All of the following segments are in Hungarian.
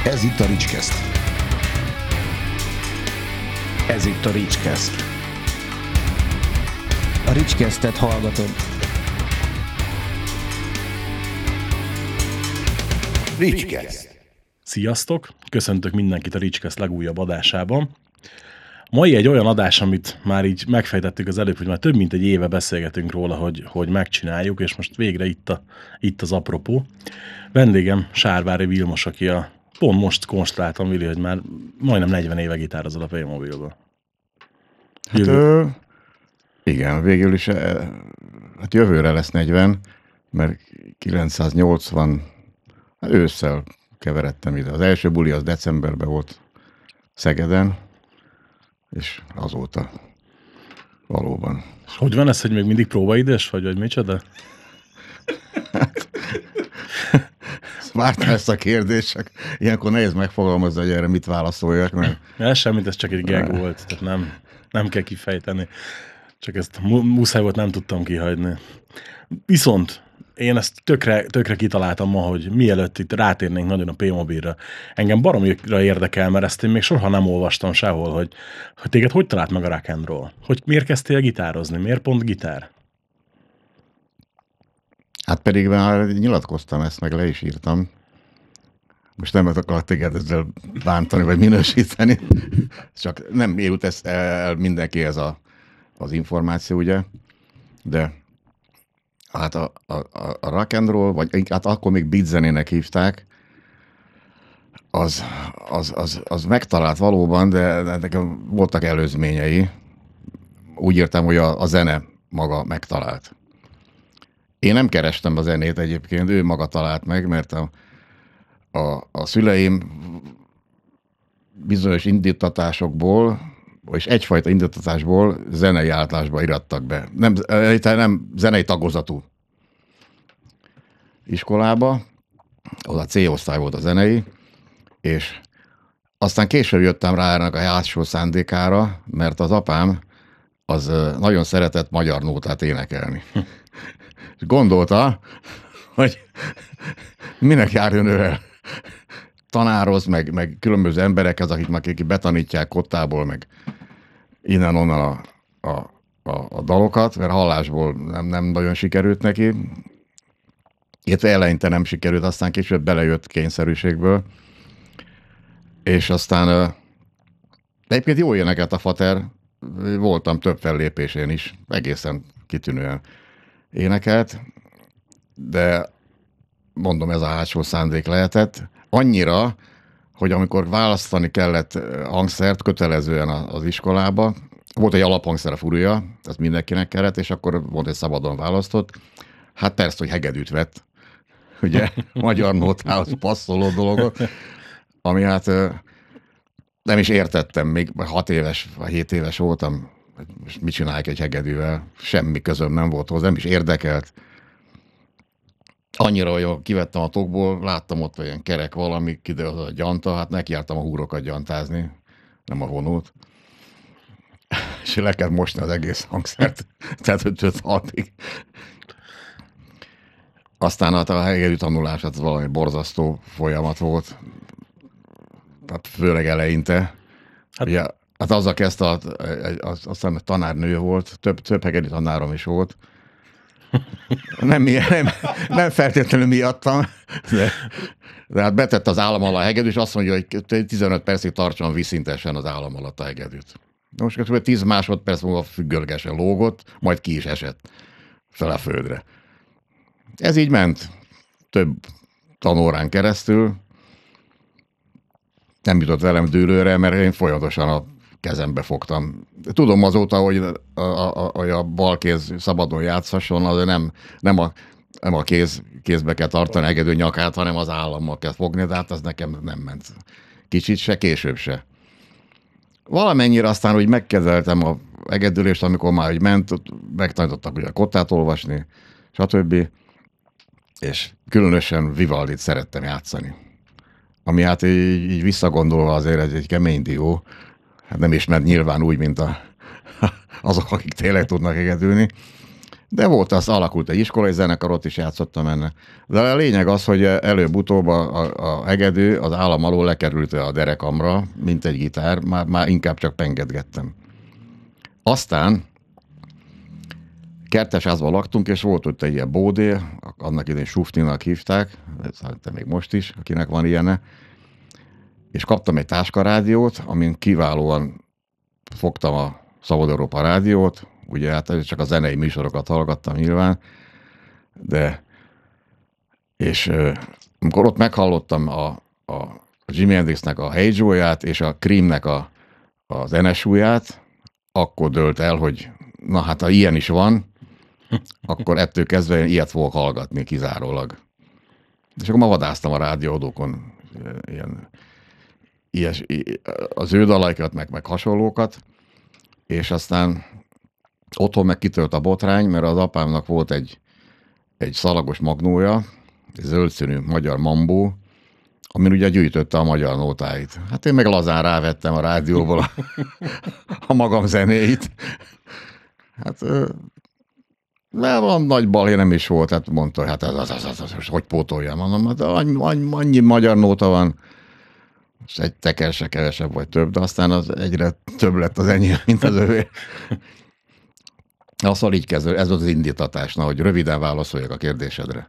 Ez itt a Ricskeszt. Ez itt a Ricskeszt. A Ricskesztet hallgatod. Ricskeszt. Sziasztok! Köszöntök mindenkit a Ricskeszt legújabb adásában. Mai egy olyan adás, amit már így megfejtettük az előbb, hogy már több mint egy éve beszélgetünk róla, hogy megcsináljuk, és most végre itt az apropó. Vendégem Sárvári Vilmos, aki pont most konstatáltam, Vili, hogy már majdnem 40 éve gitározol a Playmobilba. Igen, végül is hát jövőre lesz 40, mert 980 ősszel keveredtem ide. Az első buli az decemberben volt Szegeden, és azóta valóban. Hogy van ez, hogy még mindig próbaidős vagy micsoda? Vártam ezt a kérdést, csak ilyenkor nehéz megfogalmazni, hogy erre mit válaszoljak, mert... Ez semmit, ez csak egy gag volt, tehát nem kell kifejteni. Csak ezt muszáj volt, nem tudtam kihagyni. Viszont én ezt tökre kitaláltam ma, hogy mielőtt itt rátérnénk nagyon a Playmobilra. Engem baromira érdekel, mert ezt én még soha nem olvastam sehol, hogy téged hogy talált meg a rock and roll? Hogy miért kezdtél gitározni? Miért pont gitár? Hát pedig már nyilatkoztam ezt, meg le is írtam. Most nem akarok téged ezzel bántani, vagy minősíteni. Csak nem jut el mindenkihez az információ, ugye? De hát a rock and roll, vagy hát akkor még beat zenének hívták, az megtalált valóban, de nekem voltak előzményei. Úgy értem, hogy a zene maga megtalált. Én nem kerestem a zenét egyébként, ő maga talált meg, mert a szüleim bizonyos indítatásokból, és egyfajta indítatásból zenei általásba irattak be. Nem zenei tagozatú iskolába, oda C-osztály volt a zenei, és aztán később jöttem rá ennek a hátsó szándékára, mert az apám az nagyon szeretett magyar nótát énekelni. És gondolta, hogy minek járjon ő el tanároz, meg különböző emberekhez, akik betanítják kottából, meg innen-onnan a dalokat, mert hallásból nem nagyon sikerült neki. Illetve eleinte nem sikerült, aztán később belejött kényszerűségből. És aztán egyébként jó énekelt a fater, voltam több fellépésén is, egészen kitűnően énekelt, de mondom, ez a hátsó szándék lehetett. Annyira, hogy amikor választani kellett hangszert kötelezően az iskolába, volt egy alaphangszer, a furúja, ezt mindenkinek kellett, és akkor volt egy szabadon választott. Hát persze, hogy hegedűt vett, ugye, magyar nótához passzoló dolgot, ami hát nem is értettem, még 6 éves, vagy 7 éves voltam, most mit csinálják egy hegedűvel, semmi közöm nem volt hozzá, nem is érdekelt. Annyira, hogy kivettem a tokból, láttam ott olyan kerek valami, kiderült a gyanta, hát nekiártam a húrokat gyantázni, nem a vonót. És le kell mosni az egész hangszert, tehát 5-6-ig. Aztán hát a hegedű tanulás, hát valami borzasztó folyamat volt, hát főleg eleinte. Hát, ugye, hát azzal kezdte, azt hiszem, tanárnő volt, több hegedű tanárom is volt. Nem feltétlenül miattam, de hát betett az állam alá a hegedűt, és azt mondja, hogy 15 percig tartson vízszintesen az állam alatt a hegedűt. Most kb. 10 másodperc múlva függölgesen lógott, majd ki is esett fel a földre. Ez így ment több tanórán keresztül. Nem jutott velem dűlőre, mert én folyamatosan a kezembe fogtam. Tudom azóta, hogy a bal kéz szabadon játszhasson, azért nem a kézbe kell tartani hegedű nyakát, hanem az állammal kell fogni, de hát az nekem nem ment. Kicsit se, később se. Valamennyire aztán úgy megkezeltem a hegedülést, amikor már úgy ment, megtanítottak ugye a kottát olvasni, stb. És különösen Vivaldit szerettem játszani. Ami hát így visszagondolva azért egy kemény dió, hát nem ismert nyilván úgy, mint azok, akik tényleg tudnak hegedülni, De volt, az alakult egy iskolai zenekar, ott is játszottam ennek. De a lényeg az, hogy előbb-utóbb a hegedű az állam alól lekerült a derekamra, mint egy gitár, már inkább csak pengetgettem. Aztán kertesházban laktunk, és volt ott egy ilyen bódé, annak idején Suftinak hívták, szerintem még most is, akinek van ilyene, és kaptam egy táskarádiót, amin kiválóan fogtam a Szabad Európa rádiót, ugye hát csak a zenei műsorokat hallgattam nyilván, és amikor ott meghallottam a Jimi Hendrixnek a Hey Joe-ját és a Creamnek az NSU-ját, akkor dőlt el, hogy na hát ha ilyen is van, akkor ettől kezdve én ilyet fogok hallgatni kizárólag. És akkor ma vadásztam a rádióadókon az ő dalaikat, meg hasonlókat, és aztán otthon meg kitölt a botrány, mert az apámnak volt egy szalagos magnója, egy zöldszínű magyar mambó, amin ugye gyűjtötte a magyar nótáit. Hát én meg lazán rávettem a rádióból a magam zenéit. Hát mert van nagy balé nem is volt, hát mondta, hogy hát ez hogy pótoljam. Mondom, hát annyi magyar nóta van, és egy teker se kevesebb vagy több, de aztán az egyre több lett az enyém, mint az övé. Szóval így kezdő, ez volt az indítatás, hogy röviden válaszoljak a kérdésedre.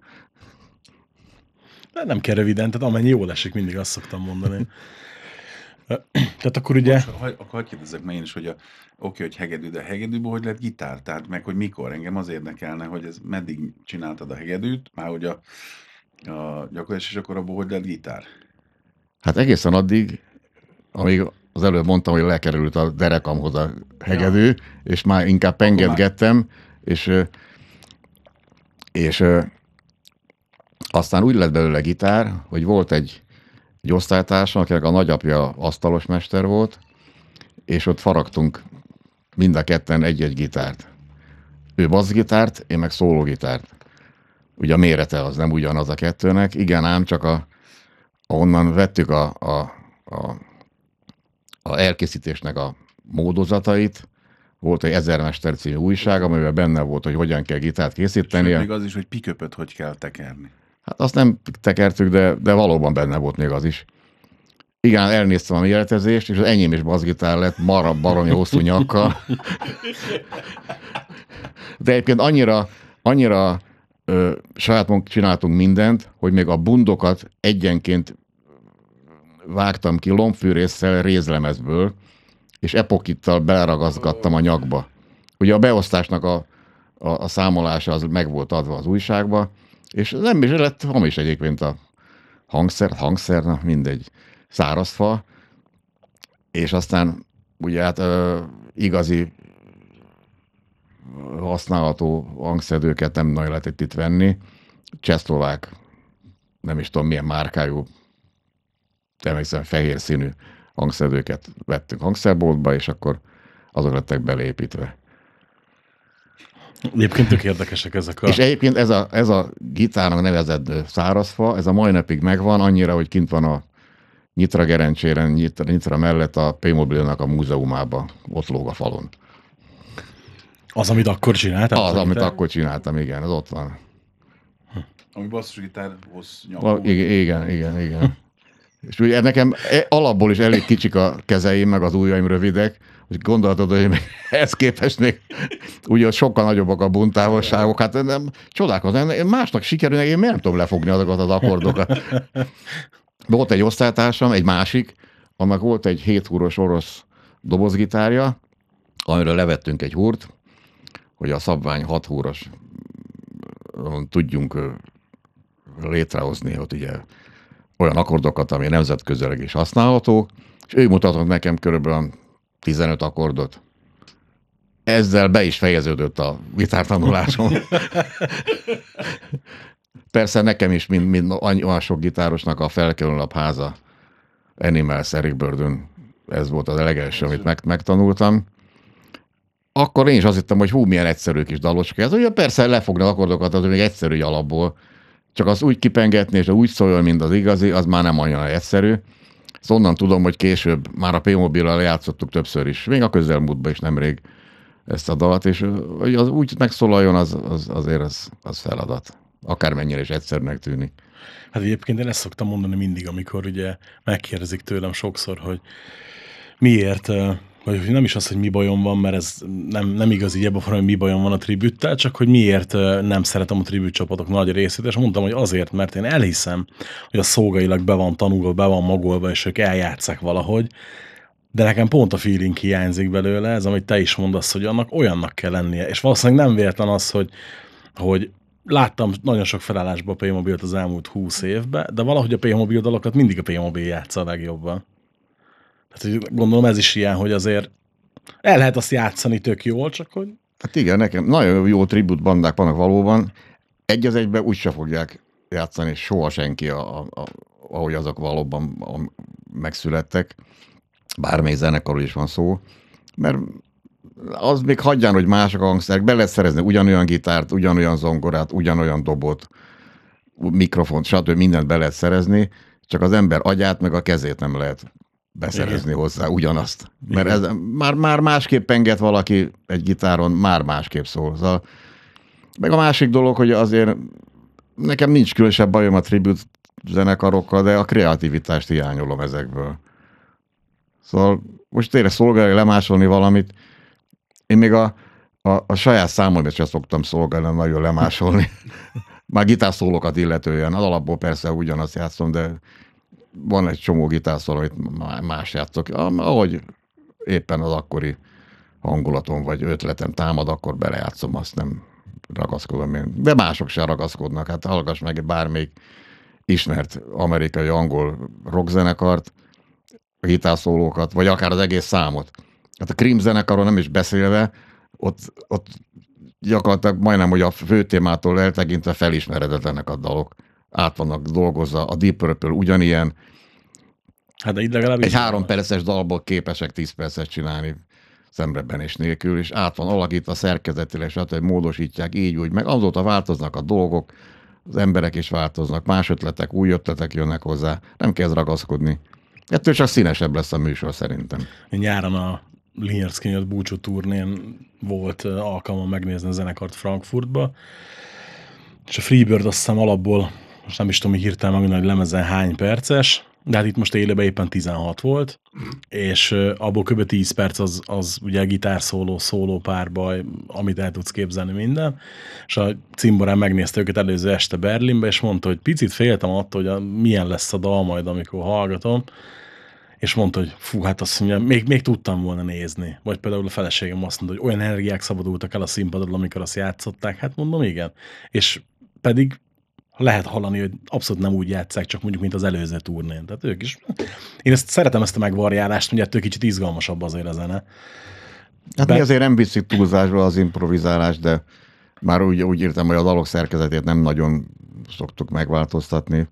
Nem kell röviden, tehát amennyi jól esik, mindig azt szoktam mondani. Tehát akkor ugye... Akkor kérdezzek meg én is, hogy oké, hogy hegedű, de hegedűből hogy lett gitár? Tehát meg, hogy mikor? Engem az érdekelne, hogy ez meddig csináltad a hegedűt, már hogy a gyakorlás, és akkor abból hogy lett gitár? Hát egészen addig, amíg az előbb mondtam, hogy lekerült a derekamhoz a hegedű, és már inkább pengetgettem, és aztán úgy lett belőle gitár, hogy volt egy osztálytársam, akinek a nagyapja asztalos mester volt, és ott faragtunk mind a ketten egy-egy gitárt. Ő basszgitárt, én meg szólógitárt. Ugye a mérete az nem ugyanaz a kettőnek. Igen ám, csak onnan vettük a elkészítésnek a módozatait. Volt egy Ezermester című újság, amiben benne volt, hogy hogyan kell gitárt készíteni. És még az is, hogy piköpöt hogy kell tekerni. Hát azt nem tekertük, de valóban benne volt még az is. Igen, elnéztem a méretezést, és az enyém is basszgitár lett, baromi hosszú nyakkal. De egyébként annyira saját magunk csináltunk mindent, hogy még a bundokat egyenként vágtam ki lombfűrésszel rézlemezből, és epokittal beleragazgattam a nyakba. Ugye a beosztásnak a számolása az meg volt adva az újságba, és nem is lett hamis egyébként a hangszer, na mindegy, szárazfa, és aztán ugye hát igazi használható hangszedőket nem nagyon lehetett itt venni. Csehszlovák, nem is tudom milyen márkájú, emlékszem fehér színű hangszedőket vettünk hangszerboltba, és akkor azok lettek beleépítve. Egyébként tök érdekesek ezek a... És egyébként ez a gitárnak nevezett szárazfa, ez a mai napig megvan, annyira, hogy kint van a Nyitra Gerencséren, Nyitra mellett a Playmobilnak a múzeumában, ott lóg a falon. Az, amit akkor csináltál? Az, amit akkor csináltam, igen, az ott van. Ami basszusgitárhoz nyomó. Igen. És ugye nekem alapból is elég kicsik a kezeim, meg az ujjaim rövidek, hogy gondoltad, hogy még ehhez képest még ugye sokkal nagyobbak a buntávolságok. Hát nem, csodálkozom, másnak sikerülnek, én miért nem tudom lefogni azokat az akkordokat. Volt egy osztálytársam, egy másik, annak volt egy 7 húros orosz dobozgitárja, amiről levettünk egy húrt, hogy a szabvány 6 húros tudjunk létrehozni ott ugye olyan akkordokat, ami nemzetközileg is használható, és ő mutatott nekem körülbelül 15 akkordot. Ezzel be is fejeződött a gitártanulásom. Persze nekem is, mint olyan sok gitárosnak a felkelőnap háza, Animals, Eric Burdon, ez volt az legelső, amit megtanultam. Akkor én is azt hittem, hogy milyen egyszerű kis dalocska ez. Ugye persze lefogni az akkordokat, az még egyszerű alapból. Csak az úgy kipengetni, és úgy szóljon, mint az igazi, az már nem annyira egyszerű. Szóval onnan tudom, hogy később már a P-mobillal játszottuk többször is, még a közelmúltban is nemrég ezt a dalt, és hogy az úgy megszólaljon, azért az feladat. Akármennyire is egyszerűnek tűnik. Hát egyébként én ezt szoktam mondani mindig, amikor ugye megkérdezik tőlem sokszor, hogy miért, vagy nem is az, hogy mi bajom van, mert ez nem igaz így ebben, hogy mi bajom van a tribüttel, csak hogy miért nem szeretem a tribüt csapatok nagy részét, és mondtam, hogy azért, mert én elhiszem, hogy a szolgailag be van tanulva, be van magolva, és ők eljátszák valahogy, de nekem pont a feeling hiányzik belőle, ez, amit te is mondasz, hogy annak olyannak kell lennie, és valószínűleg nem véletlen az, hogy láttam nagyon sok felállásban a Playmobilt az elmúlt 20 évben, de valahogy a Playmobil dalokat mindig a Playmobil játsza a legjobban. Tehát gondolom ez is ilyen, hogy azért el lehet azt játszani tök jól, csak hogy... Hát igen, nekem nagyon jó tribut bandák vannak valóban. Egy az egyben úgyse fogják játszani soha senki, ahogy azok valóban megszülettek. Bármely zenekarról is van szó. Mert az még hagyján, hogy mások a hangszerek, be lehet szerezni ugyanolyan gitárt, ugyanolyan zongorát, ugyanolyan dobot, mikrofont, stb. Mindent be lehet szerezni, csak az ember agyát meg a kezét nem lehet beszerezni hozzá ugyanazt. Mert ez már másképp penget valaki egy gitáron, már másképp szól. Szóval, meg a másik dolog, hogy azért nekem nincs különösebb bajom a tribute zenekarokkal, de a kreativitást hiányolom ezekből. Szóval most tényleg szolgálni, lemásolni valamit. Én még a saját számomért sem szoktam szolgálni, nagyon lemásolni. Már gitárszólókat illetően. Az alapból persze ugyanazt játszom, de van egy csomó gitárszóló, amit más játszok. Ahogy éppen az akkori hangulatom vagy ötletem támad, akkor belejátszom, azt nem ragaszkodom én. De mások sem ragaszkodnak. Hát hallgass meg bármelyik ismert amerikai, angol rockzenekart, a gitárszólókat, vagy akár az egész számot. Hát a Cream zenekaron nem is beszélve, ott gyakorlatilag majdnem, hogy a főtémától eltekintve felismeredetlenek a dalok. Át vannak dolgozva, a Deep Purple ugyanilyen. Hát de itt legalább egy 3 perces dalból képesek 10 percet csinálni szemrebenés nélkül, és át van alakítva szerkezetileg, stb. Módosítják így úgy, meg azóta változnak a dolgok, az emberek is változnak, más ötletek, új ötletek jönnek hozzá, nem kezd ragaszkodni. Ettől csak színesebb lesz a műsor szerintem. Nyáron a Lynyrd Skynyrd búcsú turnén volt alkalmam megnézni a zenekart Frankfurtba, és a Freebird azt hiszem alapból, most nem is tudom, hogy hirtelen megmondani, hogy lemezen hány perces, de hát itt most élőben éppen 16 volt, és abból kb. 10 perc az ugye gitárszóló, szólópárbaj, amit el tudsz képzelni minden, és a cimborán megnézte őket előző este Berlinbe, és mondta, hogy picit féltem attól, hogy milyen lesz a dal majd, amikor hallgatom, és mondta, hogy fú, hát azt mondja, még tudtam volna nézni. Vagy például a feleségem azt mondta, hogy olyan energiák szabadultak el a színpadon, amikor azt játszották. Hát mondom, igen. És pedig lehet hallani, hogy abszolút nem úgy játsszák, csak mondjuk, mint az előző turnén. Tehát ők is. Én szeretem ezt a megvariálást, ugye ettől kicsit izgalmasabb azért a zene. Hát mi azért nem viszik túlzásba az improvizálást, de már úgy írtam, hogy a dalok szerkezetét nem nagyon szoktuk megváltoztatni.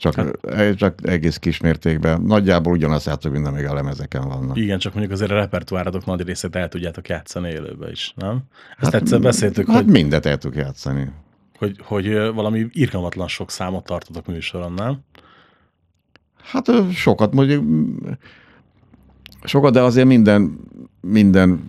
Csak egész kismértékben. Nagyjából ugyanazt játszok, mint amíg a lemezeken vannak. Igen, csak mondjuk azért a repertoáradok nagy részét el tudjátok játszani élőben is, nem? Ezt egyszer beszéltük, hát hogy... mindet el tudjuk játszani. Hogy valami irgalmatlan sok számot tartotok műsoron, nem? Hát sokat, mondjuk sokat, de azért minden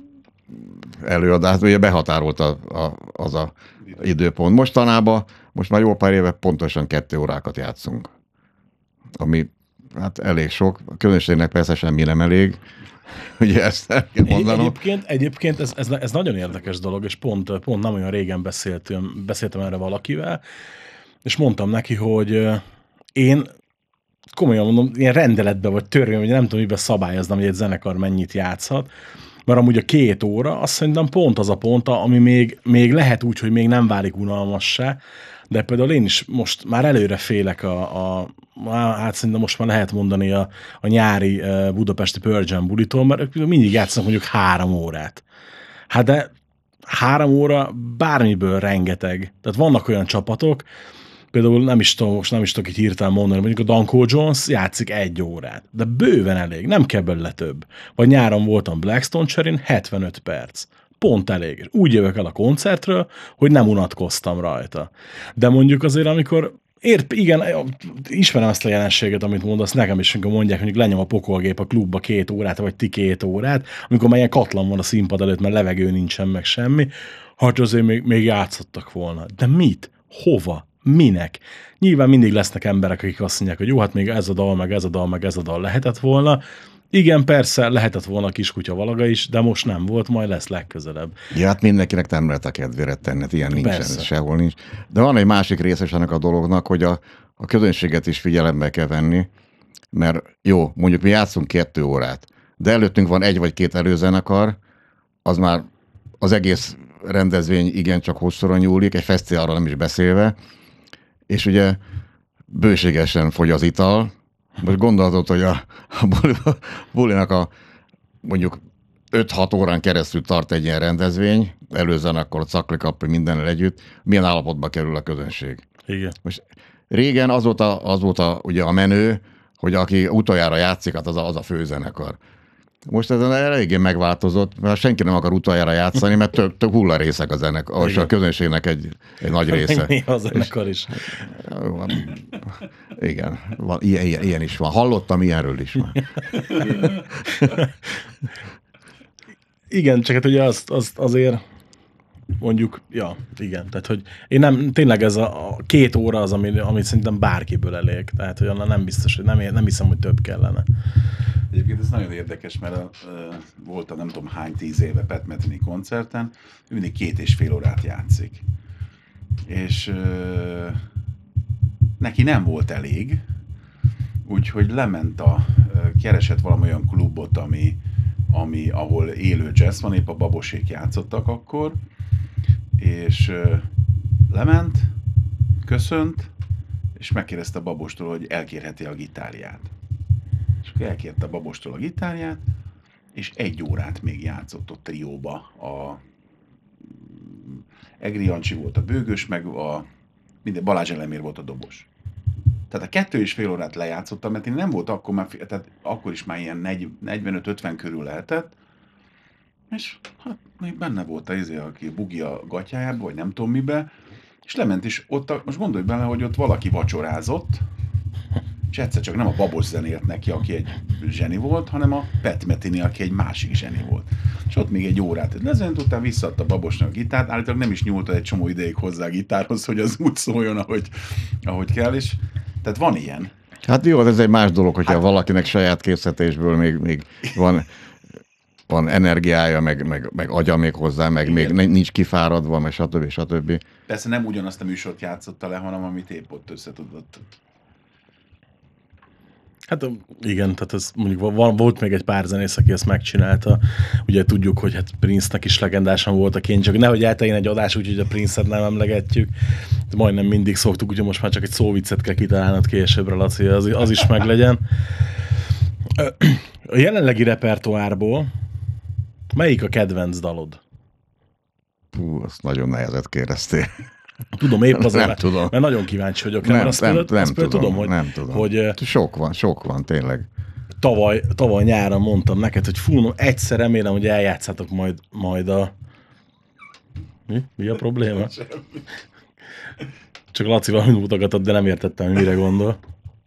előadás, ugye behatárolt az a időpont. Mostanában, most már jó pár éve pontosan 2 órákat játszunk. Ami hát elég sok. A közönségnek persze semmi nem elég. Ugye ezt el kell mondanom. Egyébként ez nagyon érdekes dolog, és pont nem olyan régen beszéltem erre valakivel, és mondtam neki, hogy én komolyan mondom, ilyen rendeletben vagy törvény, vagy nem tudom, miben szabályoznám, hogy egy zenekar mennyit játszhat, mert amúgy a 2 óra, azt szerintem pont az a pont, ami még lehet úgy, hogy még nem válik unalmassá, de például én is most már előre félek hát szerintem most már lehet mondani a nyári budapesti Pearl Jam bulitól, mert mindig játszanak mondjuk 3 órát. Hát de 3 óra bármiből rengeteg. Tehát vannak olyan csapatok, például nem is tudok így hirtelen mondani, mondjuk a Danko Jones játszik 1 órát, de bőven elég, nem kell belőle több. Vagy nyáron voltam Blackstone Cherryn, 75 perc. Pont elég. És úgy jövök el a koncertről, hogy nem unatkoztam rajta. De mondjuk azért, amikor Igen, ismerem ezt a jelenséget, amit mondasz, nekem is, amikor mondják, hogy lenyom a pokolgép a klubba 2 órát, vagy ti 2 órát, amikor már ilyen katlan van a színpad előtt, mert levegő nincsen, meg semmi, hát azért még játszottak volna. De mit? Hova? Minek? Nyilván mindig lesznek emberek, akik azt mondják, hogy jó, hát még ez a dal, meg ez a dal, meg ez a dal lehetett volna. Igen, persze, lehetett volna a Kiskutya Valaga is, de most nem volt, majd lesz legközelebb. Ja, hát mindenkinek nem lehet a kedvére tenni, ilyen nincsen, Persze. sehol nincs. De van egy másik része ennek a dolognak, hogy a közönséget is figyelembe kell venni, mert jó, mondjuk mi játszunk 2 órát, de előttünk van 1 vagy 2 előzenekar, az már az egész rendezvény igencsak hosszúra nyúlik, egy fesztiválra nem is beszélve, és ugye bőségesen fogy az ital. Most gondolhatod, hogy a bulinak mondjuk 5-6 órán keresztül tart egy ilyen rendezvény, előzenekar, caklikap, mindennel együtt, milyen állapotba kerül a közönség. Igen. Most régen az volt ugye a menő, hogy aki utoljára játszik, hát az a főzenekar. Most ez eléggé megváltozott, mert senki nem akar utoljára játszani, mert több hullarészek a zenekar, és a közönségnek egy nagy része. Mi a zenekar is. Igen, van, ilyen is van. Hallottam ilyenről is már. Igen, csak hát ugye azt azért mondjuk, ja, igen, tehát hogy én nem, tényleg ez a 2 óra az, amit szerintem bárkiből elég, tehát hogy onnan nem biztos, hogy nem hiszem, hogy több kellene. Egyébként ez nagyon érdekes, mert voltam nem tudom hány 10 éve Pat Metheny koncerten, ő mindig 2,5 órát játszik. És neki nem volt elég, úgyhogy lement keresett valami olyan klubot, ahol élő jazz van, épp a Babosék játszottak akkor, és lement, köszönt, és megkérdezte a Babostól, hogy elkérheti a gitárját. És akkor elkérte a Babostól a gitárját, és 1 órát még játszott ott trióba. Egri Jancsi volt a bőgös, meg Balázs Elemér volt a dobos. Tehát a 2,5 órát lejátszottam, mert én nem volt akkor már, tehát akkor is már ilyen 45-50 körül lehetett, és hát még benne volt aki bugi a gatyájába, vagy nem tudom mibe, és lement is ott, most gondolj bele, hogy ott valaki vacsorázott, és egyszer csak nem a Babos zenélt neki, aki egy zseni volt, hanem a Pat Metheny, aki egy másik zseni volt. És ott még 1 órát lezent, utána visszaadta Babosnak a gitárt, állítólag nem is nyúlta egy csomó ideig hozzá a gitárhoz, hogy az úgy szóljon, ahogy kell, és tehát van ilyen. Hát jó, ez egy más dolog, hogyha valakinek saját készítésből még van energiája, meg agya még hozzá, meg még nincs kifáradva, meg stb. Persze nem ugyanazt a műsort játszotta le, hanem amit épp ott összetudott. Hát igen, tehát ez mondjuk volt még egy pár zenész, aki ezt megcsinálta. Ugye tudjuk, hogy hát Prince-nek is legendásan voltak, én csak nehogy elteljen egy adás, úgyhogy a Prince-et nem emlegetjük. De majdnem mindig szoktuk, úgyhogy most már csak egy szóviccet kell kitalálnod későbbre, Laci, az is meglegyen. A jelenlegi repertoárból melyik a kedvenc dalod? Azt nagyon nehezet kérdeztél. Tudom, épp azért, Nem tudom. mert nagyon kíváncsi vagyok. Nem tudom, hogy, nem tudom. Hogy sok van, tényleg. Tavaly nyáron mondtam neked, hogy fú, egyszer remélem, hogy eljátszátok majd a... Mi a probléma? Csak Laci valamit mutogatott, de nem értettem, hogy mire gondol.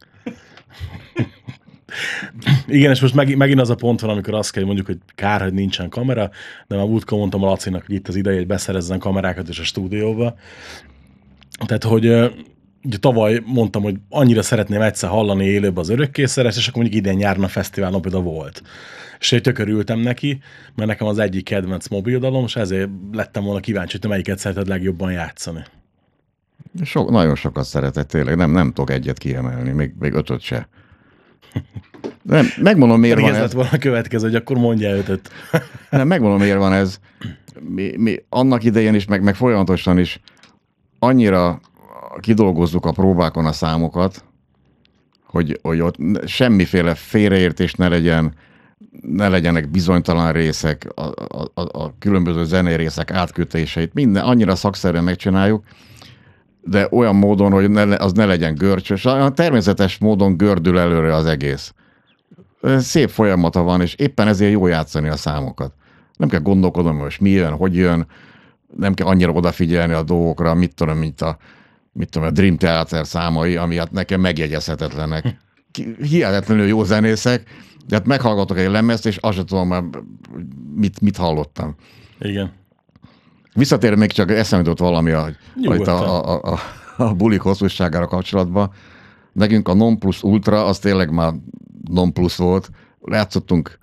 Igen, és most megint az a pont van, amikor azt kell, hogy mondjuk, hogy kár, hogy nincsen kamera, de már múltkor mondtam a Lacinak, hogy itt az ideje, hogy beszerezzen kamerákat is a stúdióba. Tehát, hogy ugye tavaly mondtam, hogy annyira szeretném egyszer hallani élőbe az Örökkészeres, és akkor mondjuk idén nyáron a fesztiválon például volt. És én tökörültem neki, mert nekem az egyik kedvenc mobildalom, és ezért lettem volna kíváncsi, hogy te melyiket szereted legjobban játszani. Nagyon sokat szeretett, tényleg. Nem tudok egyet kiemelni, még 5-öt se. Nem, megmondom, miért van ez. Ez lett volna a következő, hogy akkor mondja 5-öt. Nem, megmondom, miért van ez. Mi annak idején is, meg folyamatosan is annyira kidolgozzuk a próbákon a számokat, hogy ott semmiféle félreértés ne legyenek bizonytalan részek, a különböző zenei részek átkötéseit, minden annyira szakszerűen megcsináljuk, de olyan módon, hogy az ne legyen görcsös. Természetes módon gördül előre az egész. Szép folyamata van, és éppen ezért jó játszani a számokat. Nem kell gondolkodnom, hogy mi jön, hogy jön, nem kell annyira odafigyelni a dolgokra, mit tudom, mint mit tudom, a Dream Theater számai, ami hát nekem megjegyezhetetlenek. Hihetetlenül jó zenészek, de hát meghallgatok egy lemezt, és azt sem tudom már, mit hallottam. Igen. Visszatérve még csak eszembe jutott valami Nyugodtan. a bulik hosszúságára kapcsolatban. Nekünk a non plus ultra, az tényleg már non plus volt. Játszottunk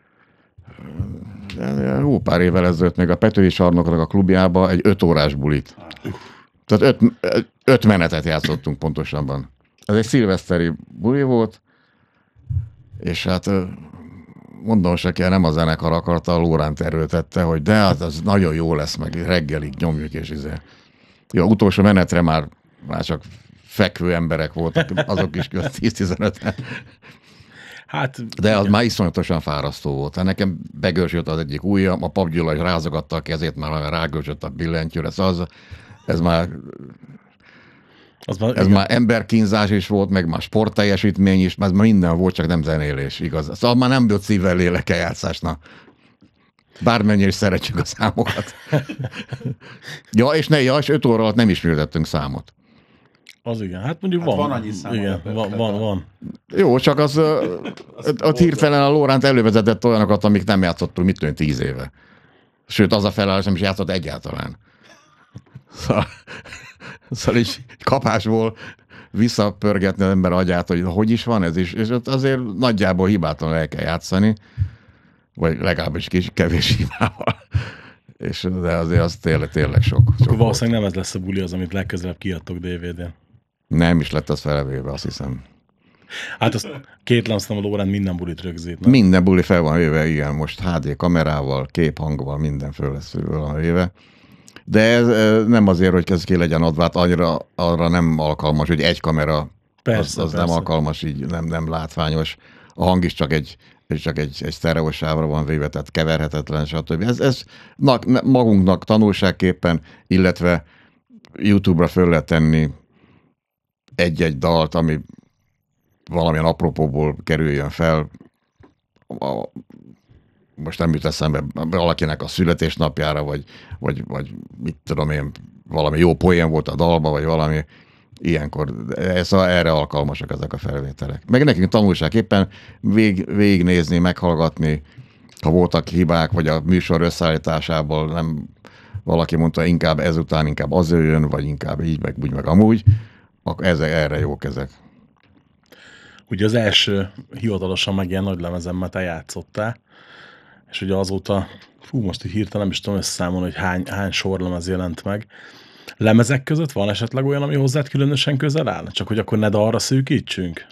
jó pár évvel ezelőtt még a Petőfi Sarnoknak a klubjába egy 5 órás bulit. Tehát 5 menetet játszottunk pontosabban. Ez egy szilveszteri buli volt, és hát mondom se kell, nem a zenekar akarta, a Lóránt erőltette, hogy de hát az nagyon jó lesz, meg reggelig nyomjuk, és Jó, utolsó menetre már csak fekvő emberek voltak, azok is 10-15-en. Hát, De az már iszonyatosan fárasztó volt. Hát nekem begörsült az egyik ujjam, a Pap Gyula is rázogatta a kezét, már rágörsült a billentyűre, szóval ez már már emberkínzás is volt, meg már sportteljesítmény is, ez már minden volt, csak nem zenélés, igaz. Szóval már nem volt szívvel lélekkel játszásnak. Bármennyire is szeretjük a számokat. és 5 óra alatt nem ismételtünk számot. Az igen, hát mondjuk Hát van. van annyi szám, Igen, van. Jó, csak ott hirtelen a Lóránt elővezetett olyanokat, amik nem játszottunk, mit tudom, 10 éve. Sőt, az a felállás nem is játszott egyáltalán. Szóval így kapásból visszapörgetni az ember agyát, hogy is van ez is, és ott azért nagyjából hibátlanul el kell játszani, vagy legalábbis kevés hibával. De azért az tényleg sok. Akkor valószínűleg nem ez lesz a buli az, amit legközelebb kiadtok DVD-n. Nem is lett az felvéve, azt hiszem. Hát azt két lemeztem a Lóránt minden bulit rögzít. Nem? Minden buli fel van véve, igen, most HD kamerával, képhanggal, minden föl lesz van véve. De ez nem azért, hogy ez ki legyen adva, hát arra nem alkalmas, hogy egy kamera, Persze, az nem alkalmas, így nem látványos. A hang is csak egy sztereós sávra van véve, tehát keverhetetlen, stb. Ez magunknak tanulságképpen, illetve YouTube-ra föl lehet tenni egy-egy dalt, ami valamilyen apropóból kerüljön fel. Most nem jut eszembe valakinek a születésnapjára, vagy mit tudom én, valami jó poén volt a dalba, vagy valami ilyenkor. Szóval erre alkalmasak ezek a felvételek. Meg nekünk tanulságképpen végignézni, meghallgatni, ha voltak hibák, vagy a műsor összeállításából nem valaki mondta, inkább ezután, inkább az jöjjön, vagy inkább így, meg úgy, meg amúgy, akkor erre jók ezek. Ugye az első hivatalosan meg ilyen nagy lemezemmel te játszottál, és ugye azóta, most így hirtelen nem is tudom összeszámolni, hogy hány sorlemez jelent meg. Lemezek között van esetleg olyan, ami hozzád különösen közel áll? Csak hogy akkor ne arra szűkítsünk?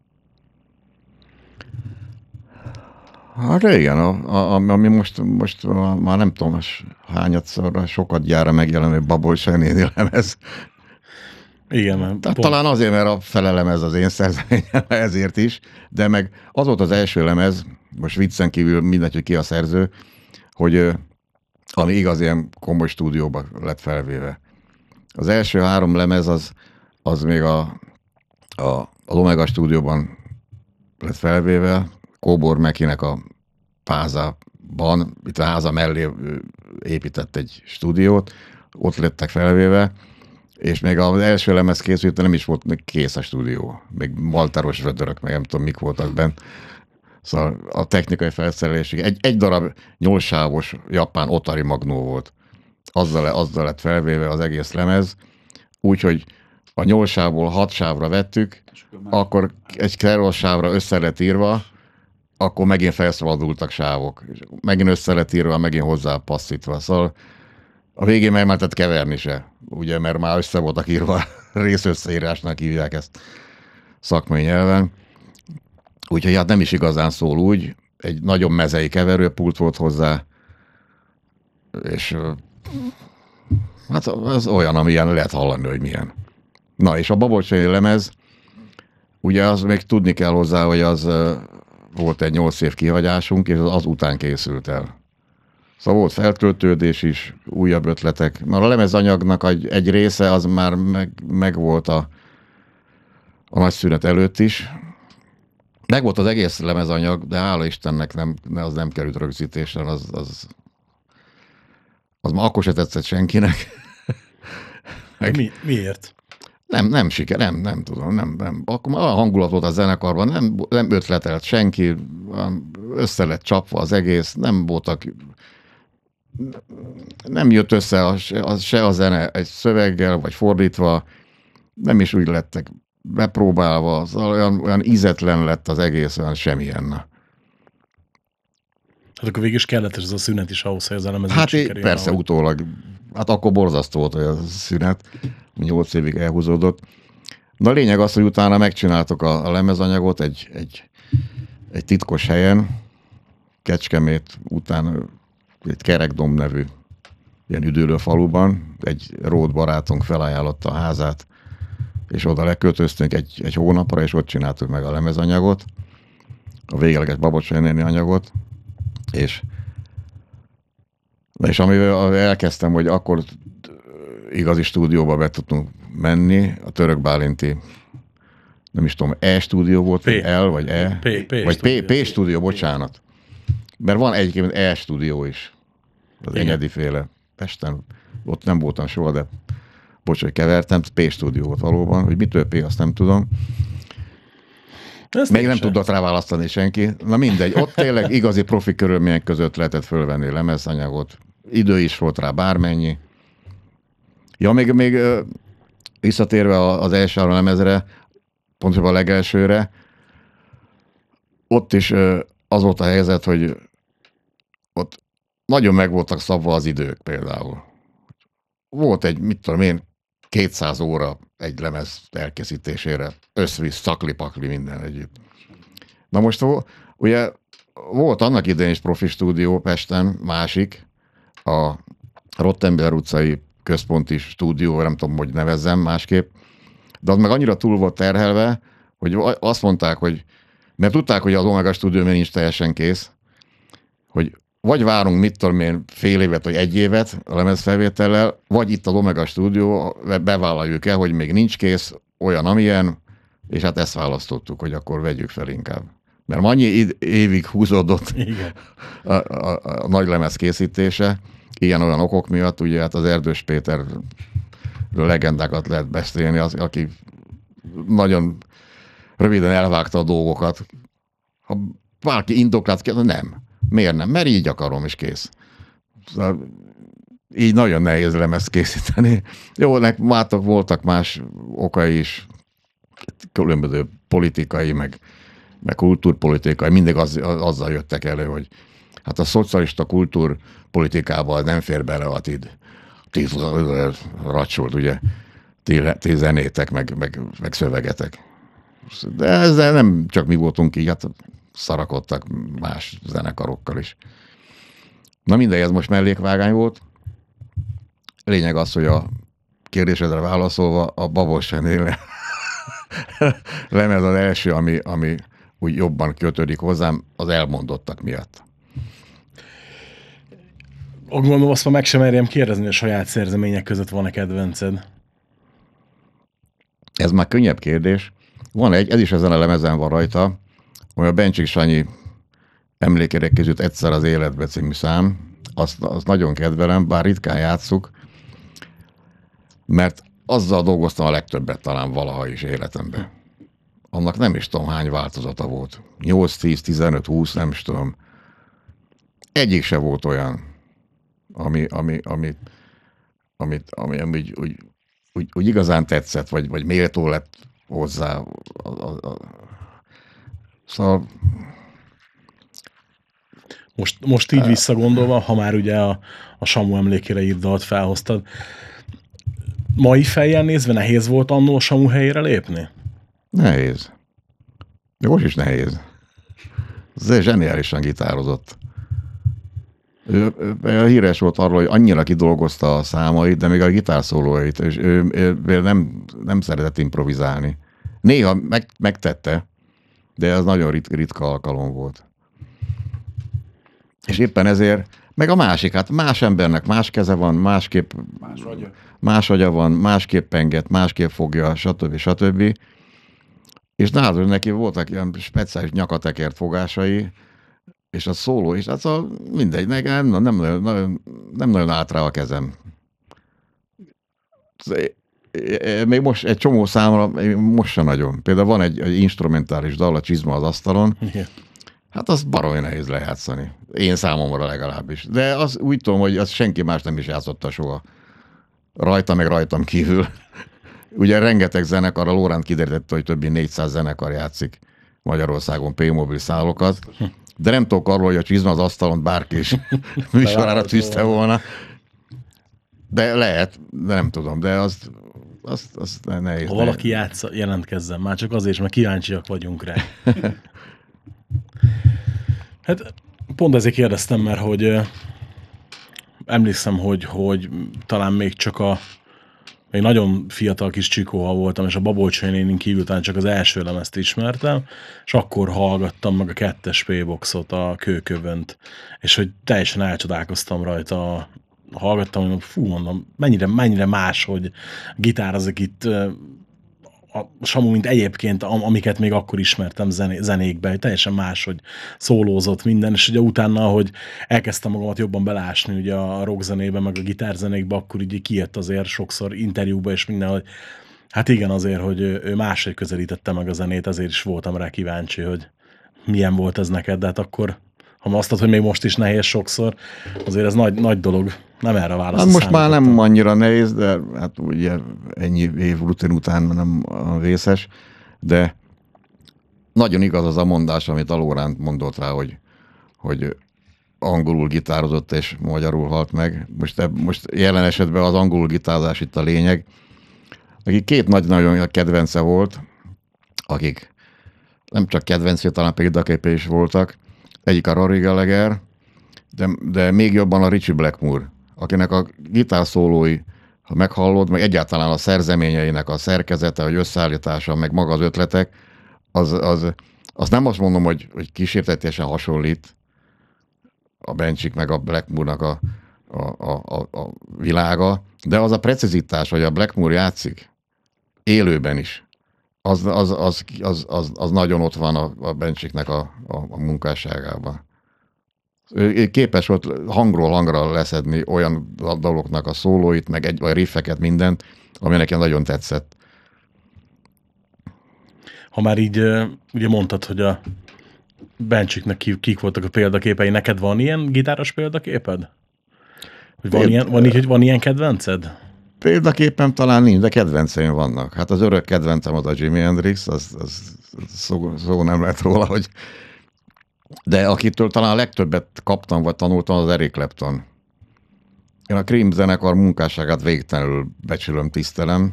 Hát igen, ami most már nem tudom, hányadszorra sokat gyára megjelenő Babolcsai néni lemez. Igen, mert Tehát talán azért, mert a felelemez az én szerzeményem, ezért is, de meg az volt az első lemez, most viccen kívül mindegy, hogy ki a szerző, hogy ami igaz ilyen komoly stúdióba lett felvéve. Az első 3 lemez az még a Omega stúdióban lett felvéve, Kóbor Mekinek a Pázában, itt a háza mellé épített egy stúdiót, ott lettek felvéve, és még az első lemez készült, nem is volt még kész a stúdió. Még maltáros vödörök, meg nem tudom, mik voltak benne. Szóval a technikai felszerelésig egy darab 8 sávos japán Otari Magnó volt. Azzal lett felvéve az egész lemez, úgyhogy a 8 sávból 6 sávra vettük, akkor egy keros sávra össze lett írva, akkor megint felszabadultak sávok. Megint össze lett írva, megint hozzá passzítva. Szóval a végén meg már keverni se, ugye, mert már össze voltak írva, részösszeírásnak hívják ezt szakmai nyelven. Úgyhogy hát nem is igazán szól úgy, egy nagyon mezei keverőpult volt hozzá, és hát az olyan, amilyen lehet hallani, hogy milyen. Na, és a Babolcsai lemez, ugye az még tudni kell hozzá, hogy az volt egy 8 év kihagyásunk, és az után készült el. Szóval volt feltöltődés is, újabb ötletek. Mert a lemezanyagnak egy része az már meg volt a nagy szünet előtt is. Meg volt az egész lemezanyag, de hála Istennek az nem került rögzítésre, az már akkor se tetszett senkinek. Miért? Nem tudom, nem. Akkor már olyan hangulat volt a zenekarban, nem ötletelt senki, össze lett csapva az egész, nem jött össze se a zene egy szöveggel, vagy fordítva, nem is úgy lettek bepróbálva, olyan ízetlen lett az egész, olyan semmilyen. Hát akkor végig is kellett ez a szünet is ahhoz, hogy az lemez Hát sikerüljön, persze, ahogy. utólag. Hát akkor borzasztó volt, hogy a szünet 8 évig elhúzódott. Na a lényeg az, hogy utána megcsináltok a lemezanyagot egy titkos helyen, Kecskemét után egy Kerekdomb nevű ilyen üdülőfaluban, egy rót barátunk felajánlotta a házát, és oda leköltöztünk egy hónapra, és ott csináltuk meg a lemezanyagot, a végleges Babocsai néni anyagot, és amivel elkezdtem, hogy akkor igazi stúdióba be tudtunk menni, a Török Bálinti, nem is tudom, E-stúdió volt, vagy L, vagy E? Vagy P stúdió, bocsánat. Mert van egyébként E-stúdió is, az Enyedi féle. Pesten, ott nem voltam soha, de bocs, hogy kevertem, P stúdió volt valóban, hogy mitől P, azt nem tudom. Még nem tudott rá választani senki. Na mindegy, ott tényleg igazi profi körülmények között lehetett fölvenni lemezanyagot. Idő is volt rá bármennyi. Ja, még visszatérve az első lemezre, pontosabban a legelsőre, ott is az volt a helyzet, hogy ott nagyon meg voltak szabva az idők például. Volt egy, 200 óra egy lemez elkészítésére, összvisz, szakli-pakli, minden együtt. Na most ugye volt annak idején is profi stúdió Pesten, másik, a Rottenberg utcai központi stúdió, nem tudom, hogy nevezzem másképp, de az meg annyira túl volt terhelve, hogy azt mondták, hogy mert tudták, hogy az Omega stúdió még nincs teljesen kész, hogy vagy várunk, fél évet, vagy egy évet a lemezfelvétellel, vagy itt az Omega stúdió, bevállaljuk el, hogy még nincs kész, olyan, amilyen, és hát ezt választottuk, hogy akkor vegyük fel inkább. Mert annyi évig húzódott a nagy lemez készítése, ilyen-olyan okok miatt, ugye hát az Erdős Péterről legendákat lehet beszélni, aki nagyon röviden elvágta a dolgokat. Ha bárki indoklát kérdez, nem. Miért nem? Mert így akarom, és kész. Szóval így nagyon nehéz lemezt készíteni. Jó, voltak más okai is, különböző politikai, meg kultúrpolitikai, mindig azzal jöttek elő, hogy hát a szocialista kultúrpolitikával nem fér bele a ti racsolt, ugye, ti zenétek, meg szövegetek. De ezzel nem csak mi voltunk így, hát szarakodtak más zenekarokkal is. Na mindegy, ez most mellékvágány volt. Lényeg az, hogy a kérdésedre válaszolva a Babocsainél lemez az első, ami úgy jobban kötődik hozzám, az elmondottak miatt. Gondolom, azt ma meg sem merjem kérdezni, hogy a saját szerzemények között van-e kedvenced? Ez már könnyebb kérdés. Van ez is ezen a lemezen van rajta, hogy a Bencsik Sanyi emlékerek között Egyszer az életbe című szám. Azt nagyon kedvelem, bár ritkán játsszuk, mert azzal dolgoztam a legtöbbet talán valaha is életemben. Annak nem is tudom hány változata volt. 8, 10, 15, 20, nem is tudom. Egyik se volt olyan, ami úgy igazán tetszett, vagy méltó lett hozzá. Szóval... Most így visszagondolva, ha már ugye a Samu emlékére írt dalt felhoztad, mai fejjel nézve nehéz volt annó a Samu helyére lépni? Nehéz. De most is nehéz. Zseniálisan gitározott. Ő híres volt arról, hogy annyira kidolgozta a számait, de még a gitárszólóit, és ő nem szeretett improvizálni. Néha megtette, de ez nagyon ritka alkalom volt. És éppen ezért, meg a másik, hát más embernek más keze van, másképp más agya van, másképp penget, másképp fogja, stb. És nálad neki voltak ilyen speciális nyakatekert fogásai, és a szóló is, hát szóval mindegy, nem nagyon állt rá a kezem. még most egy csomó számra, most sem nagyon. Például van egy instrumentális dal, a Csizma az asztalon, Igen. hát az baromi nehéz lejátszani. Én számomra legalábbis. De az úgy tudom, hogy az senki más nem is játszotta soha. Rajta meg rajtam kívül. Ugye rengeteg zenekar, a Lóránt kiderítette, hogy több mint 400 zenekar játszik Magyarországon P-mobil szálokat, de nem tudok arról, hogy a Csizma az asztalon bárki is műsorára tűzte volna. De lehet, de nem tudom, de azt nehéz. Ha valaki játsza, jelentkezzen már, csak azért, mert kíváncsiak vagyunk rá. Hát pont ezért kérdeztem, mert hogy emlékszem, hogy talán még csak még nagyon fiatal kis csikóha voltam, és a Babolcsai nénin kívül talán csak az első lemezt ismertem, és akkor hallgattam meg a 2-es P-boxot, a Kőkövönt, és hogy teljesen elcsodálkoztam rajta, hallgattam, hogy fú, mondom, mennyire más, hogy gitározik itt Samu, mint egyébként, amiket még akkor ismertem zenékbe, hogy teljesen más, hogy szólózott minden, és ugye utána, hogy elkezdtem magamat jobban belásni ugye a rockzenébe, meg a gitárzenékbe, akkor így kijött azért sokszor interjúba és minden, hogy hát igen, azért, hogy ő máshogy közelítette meg a zenét, ezért is voltam rá kíváncsi, hogy milyen volt ez neked, de hát akkor, ha azt mondod, hogy még most is nehéz sokszor, azért ez nagy dolog. Nem erre válasz. Hát most már nem annyira nehéz, de hát ugye ennyi év rutin után nem vészes, de nagyon igaz az a mondás, amit a Lóránt mondott rá, hogy angolul gitározott és magyarul halt meg. Most jelen esetben az angolul gitározás itt a lényeg. Neki 2 nagyon kedvence volt, akik nem csak kedvencé, talán példaképé is voltak. Egyik a Rory Gallagher, de még jobban a Ritchie Blackmore, akinek a gitárszólói, ha meghallod, meg egyáltalán a szerzeményeinek a szerkezete, vagy összeállítása, meg maga az ötletek, az nem azt mondom, hogy kísértetiesen hasonlít a Bencsik meg a Blackmore-nak a világa, de az a precizitás, hogy a Blackmore játszik élőben is, az nagyon ott van a Bencsiknek a munkásságában. Ő képes volt hangról hangra leszedni olyan daloknak a szólóit, meg vagy riffeket, mindent, ami nekem nagyon tetszett. Ha már így ugye mondtad, hogy a Bencsiknek kik voltak a példaképei, neked van ilyen gitáros példaképed? Hogy van ilyen kedvenced? Példaképpen talán nincs, de kedvenceim vannak. Hát az örök kedvencem az a Jimi Hendrix, az szó nem lehet róla, hogy... De akitől talán a legtöbbet kaptam, vagy tanultam, az Eric Clapton. Én a Cream zenekar munkásságát végtelenül becsülöm, tisztelem,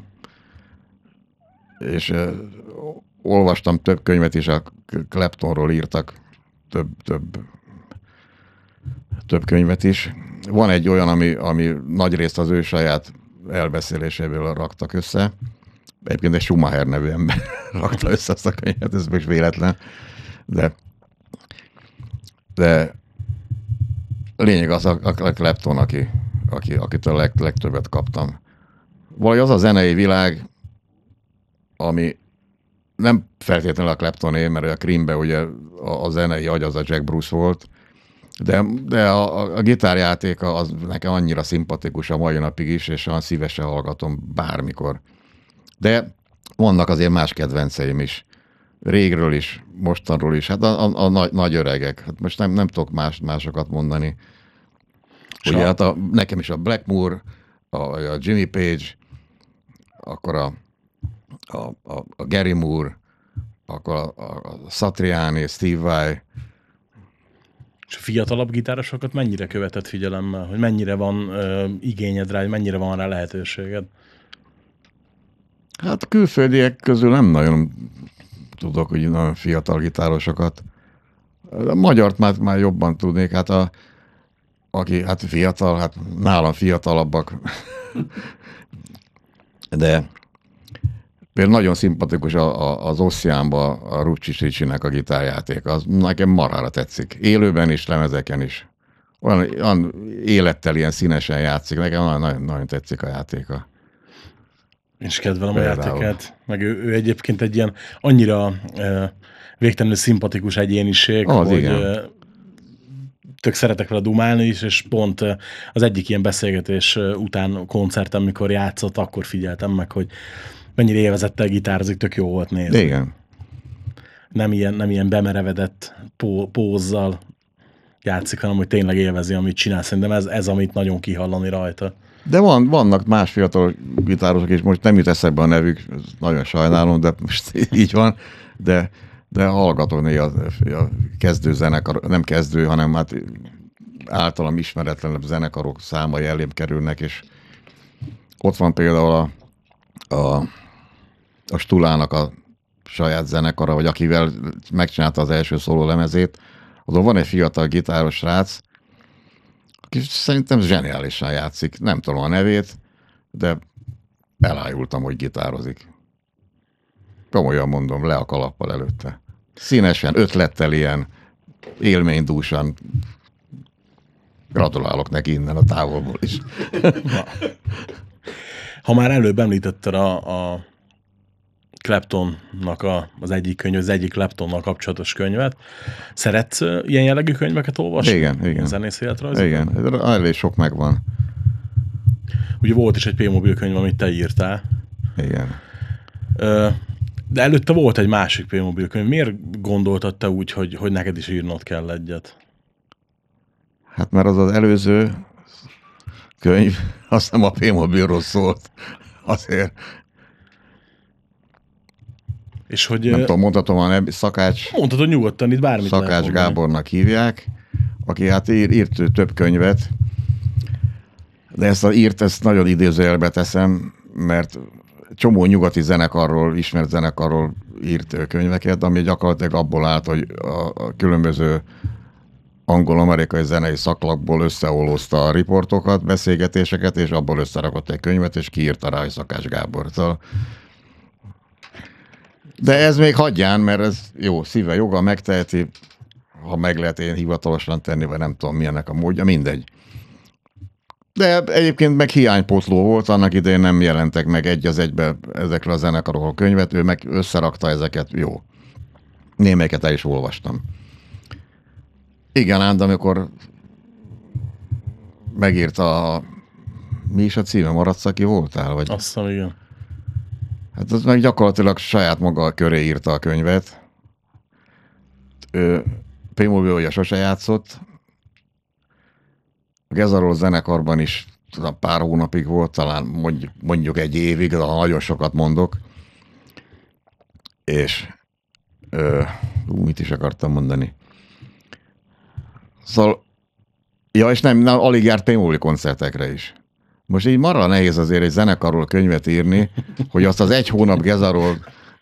és olvastam több könyvet is, a Claptonról írtak több könyvet is. Van egy olyan, ami nagyrészt az ő saját elbeszéléséből raktak össze. Egyébként egy Schumacher nevű ember rakta össze azt a könyvet, ez most véletlen. De lényeg az a Clapton, akitől legtöbbet kaptam. Vagy az a zenei világ, ami nem feltétlenül a Claptoné, mert a Creamben ugye a zenei agy az a Jack Bruce volt, de a gitárjátéka az nekem annyira szimpatikus a mai napig is, és olyan szívesen hallgatom bármikor. De vannak azért más kedvenceim is. Régről is, mostanról is. Hát a nagy öregek. Hát most nem tudok másokat mondani. Ugye hát nekem is a Blackmore, a Jimmy Page, akkor a Gary Moore, akkor a Satriani, Steve Vai. És a fiatalabb gitárosokat mennyire követett figyelemmel? Hogy mennyire van igényed rá, hogy mennyire van rá lehetőséged? Hát a külföldiek közül nem nagyon tudok, hogy nagyon fiatal gitárosokat. A magyart már jobban tudnék, hát aki hát fiatal, hát nálam fiatalabbak. De például nagyon szimpatikus az Ossianban a Rucci-Riccinek a gitárjáték. Az nekem marhára tetszik. Élőben is, lemezeken is. Olyan élettel, ilyen színesen játszik. Nekem nagyon tetszik a játéka. Én is kedvelem a játékát. Meg ő egyébként egy ilyen annyira végtelenül szimpatikus egyéniség, hogy tök szeretek vele dumálni is, és pont az egyik ilyen beszélgetés után koncerten, mikor játszott, akkor figyeltem meg, hogy mennyire élvezettel gitározik, tök jó volt nézni. Igen. Nem ilyen bemerevedett pózzal játszik, hanem hogy tényleg élvezi, amit csinál. Szerintem ez amit nagyon kihallani rajta. De vannak más fiatal gitárosok, és most nem jut eszembe a nevük, nagyon sajnálom, de most így van, de hallgatok néha a kezdő zenekar, nem kezdő, hanem hát általam ismeretlenebb zenekarok számai elém kerülnek, és ott van például a Stulának a saját zenekara, vagy akivel megcsinálta az első szóló lemezét, oda van egy fiatal gitáros srác, aki szerintem zseniálisan játszik. Nem tudom a nevét, de elájultam, hogy gitározik. Komolyan mondom, le a kalappal előtte. Színesen, ötlettel ilyen, élménydúsan. Gratulálok neki innen a távolból is. Ha már előbb említetted a Claptonnak az egyik könyv, az egyik Claptonnal kapcsolatos könyvet. Szeretsz ilyen jellegű könyveket olvasni? Igen. Zenész életrajzokat? Igen, elég sok megvan. Ugye volt is egy P-mobil könyv, amit te írtál. Igen. De előtte volt egy másik P-mobil könyv. Miért gondoltad te úgy, hogy neked is írnod kell egyet? Hát mert az előző könyv, azt nem a P-mobilról szólt. Azért. És hogy... Nem tudom, mondhatom a Szakács... Mondhatod, hogy nyugodtan, itt bármit lehet Szakács mondani. Gábornak hívják, aki hát írt több könyvet, de ezt nagyon idézőjelbe teszem, mert csomó nyugati zenekarról, ismert zenekarról írt könyveket, ami gyakorlatilag abból állt, hogy a különböző angol-amerikai zenei szaklapból összeolózta a riportokat, beszélgetéseket, és abból összerakott egy könyvet, és kiírta rá, hogy Szakács Gábor. Szóval de ez még hagyján, mert ez jó, szíve joga, megteheti, ha meg lehet én hivatalosan tenni, vagy nem tudom milyennek a módja, mindegy. De egyébként meg hiánypótló volt, annak idején nem jelentek meg egy az egybe ezekről a zenekarokról könyvet, ő meg összerakta ezeket, jó. Némelyiket el is olvastam. Igen, ám, de amikor megírta mi is a címe, Maradsz, aki voltál? Vagy... Azt hiszem, igen. Hát az meg gyakorlatilag saját maga köré írta a könyvet. P-mobilja sose játszott. A Gezarol zenekarban is tudom, pár hónapig volt, talán mondjuk egy évig, de nagyon sokat mondok. És mit is akartam mondani? Szóval, ja, és nem alig járt P-mobil koncertekre is. Most így marra nehéz azért egy zenekarról könyvet írni, hogy azt az egy hónap Gezarol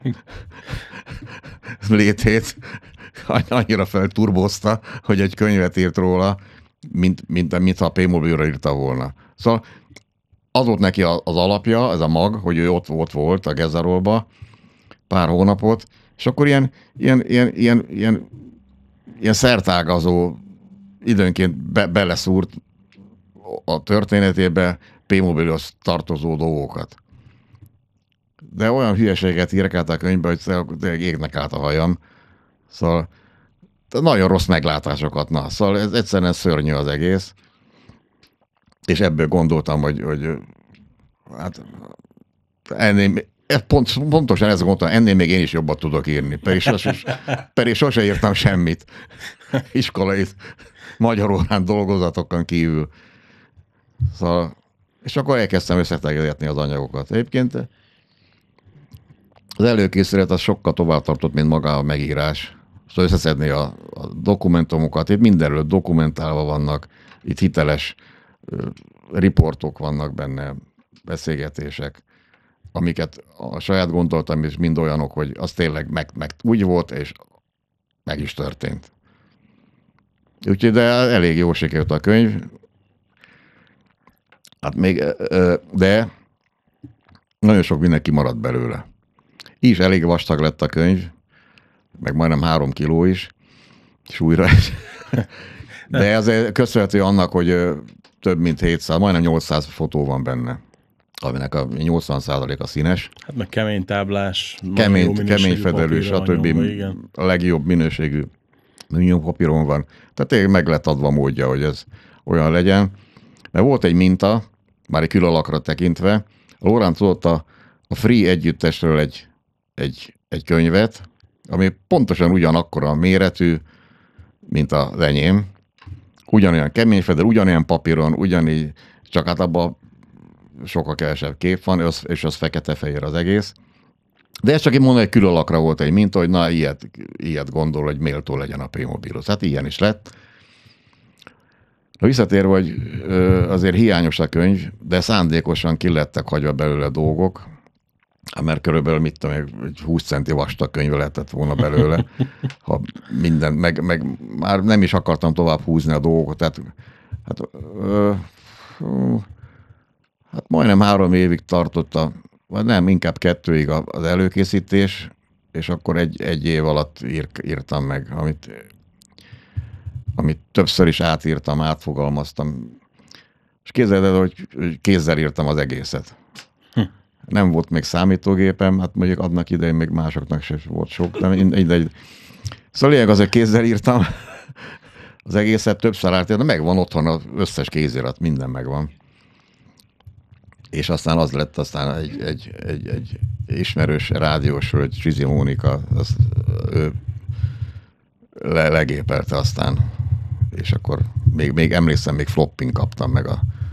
létét annyira felturbozta, hogy egy könyvet írt róla, mintha a P-mobilra írta volna. Szóval az volt neki az alapja, ez a mag, hogy ő ott volt a Gezarolba pár hónapot, és akkor ilyen szertágazó időnként beleszúrt a történetébe P-mobilhoz tartozó dolgokat. De olyan hülyeséget írkált a könyvbe, hogy égnek át a hajam. Szóval nagyon rossz meglátásokat. Na, szóval ez egyszerűen szörnyű az egész. És ebből gondoltam, hogy hát ennél, pontosan ezt gondoltam, ennél még én is jobbat tudok írni. Pedig sose írtam semmit. Iskolai magyar órán dolgozatokon kívül. Szóval, és akkor elkezdtem összetegetni az anyagokat. Egyébként az előkészület az sokkal tovább tartott, mint maga a megírás. Szóval összeszedni a dokumentumokat, itt mindenről dokumentálva vannak, itt hiteles riportok vannak benne, beszélgetések, amiket a saját gondoltam, és mind olyanok, hogy az tényleg meg úgy volt, és meg is történt. Úgyhogy de elég jól sikerült a könyv. Hát még, de nagyon sok mindenki maradt belőle. Így is elég vastag lett a könyv, meg majdnem 3 kiló is, és újra is. De ez köszönhető annak, hogy több mint 700, majdnem 800 fotó van benne, aminek a 80%-a színes. Hát meg kemény táblás, kemény fedelős, a többi a legjobb minőségű műanyag papíron van. Tehát tényleg meg lett adva módja, hogy ez olyan legyen. Mert volt egy minta, már egy külalakra tekintve, a Lóránc tudott a Free együttesről egy könyvet, ami pontosan ugyanakkora méretű, mint az enyém. Ugyanolyan keményfedel, ugyanolyan papíron, ugyanígy, csak hát abban sokkal kevesebb kép van, és az fekete-fehér az egész. De ez csak egy külalakra volt egy minta, hogy na, ilyet gondol, hogy méltó legyen a Playmobilhoz. Hát ilyen is lett. De visszatérve, hogy azért hiányos a könyv, de szándékosan ki lettek hagyva belőle dolgok, mert körülbelül mit tudom, egy 20 centi vastag könyve lehetett volna belőle, ha minden, meg már nem is akartam tovább húzni a dolgokat, tehát hát majdnem 3 évig tartott vagy nem, inkább 2 az előkészítés, és akkor egy év alatt írtam meg, amit többször is átírtam, átfogalmaztam. És képzeld el, hogy kézzel írtam az egészet. Nem volt még számítógépem, hát mondjuk adnak idején még másoknak sem volt sok, de mindegy. Szóval lényeg az, hogy kézzel írtam az egészet, többször átírtam, megvan otthon az összes kézirat, minden megvan. És aztán az lett egy ismerős rádiós hölgy, Csizi Mónika, ő legépelte aztán, és akkor még emlékszem, még flopping kaptam meg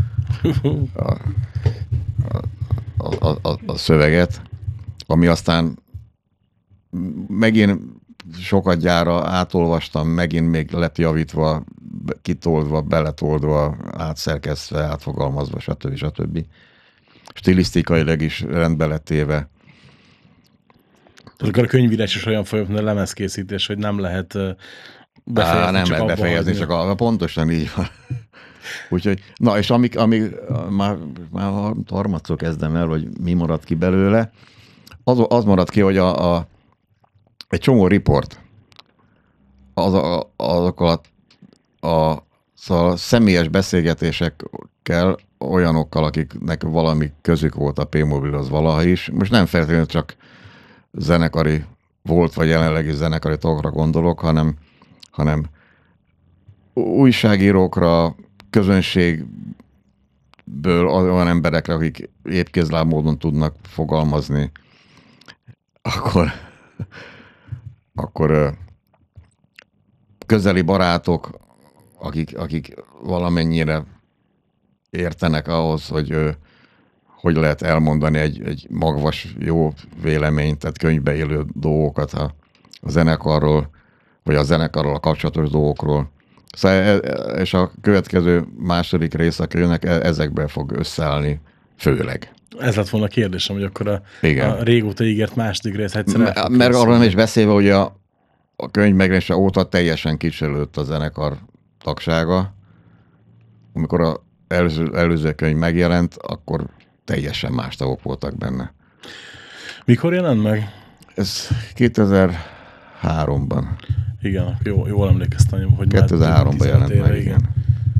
a szöveget, ami aztán megint sokat gyára átolvastam, megint még lett javítva, kitoldva, beletoldva, átszerkesztve, átfogalmazva, stb. Stilisztikailag is rendbe lett téve. Tehát akkor a könyvírás is olyan folyam, mint a lemezkészítés, hogy nem lehet befejezni. Nem lehet befejezni, csak pontosan így van. Úgyhogy, na és amíg már harmadszor kezdem el, hogy mi maradt ki belőle, az maradt ki, hogy egy csomó riport azokkal szóval személyes beszélgetésekkel olyanokkal, akiknek valami közük volt a Playmobilhoz valaha is. Most nem feltétlenül csak zenekari volt, vagy jelenlegi zenekari tagokra gondolok, hanem újságírókra, közönségből olyan emberekre, akik épkézláb módon tudnak fogalmazni, akkor közeli barátok, akik valamennyire értenek ahhoz, hogy lehet elmondani egy magvas jó véleményt, tehát könyvbe élő dolgokat a zenekarról, vagy a zenekarról a kapcsolatos dolgokról. Szóval, és a következő második rész a könyvnek ezekben fog összeállni főleg. Ez lett volna a kérdésem, hogy akkor a régóta ígért második rész egyszer mert arra nem is beszélve, hogy a könyv megjelenése óta teljesen kicserült a zenekar tagsága. Amikor az előző könyv megjelent, akkor teljesen más tagok voltak benne. Mikor jelent meg? Ez 2003-ban. Igen, jól emlékeztem, hogy 2003-ban jelent meg, igen.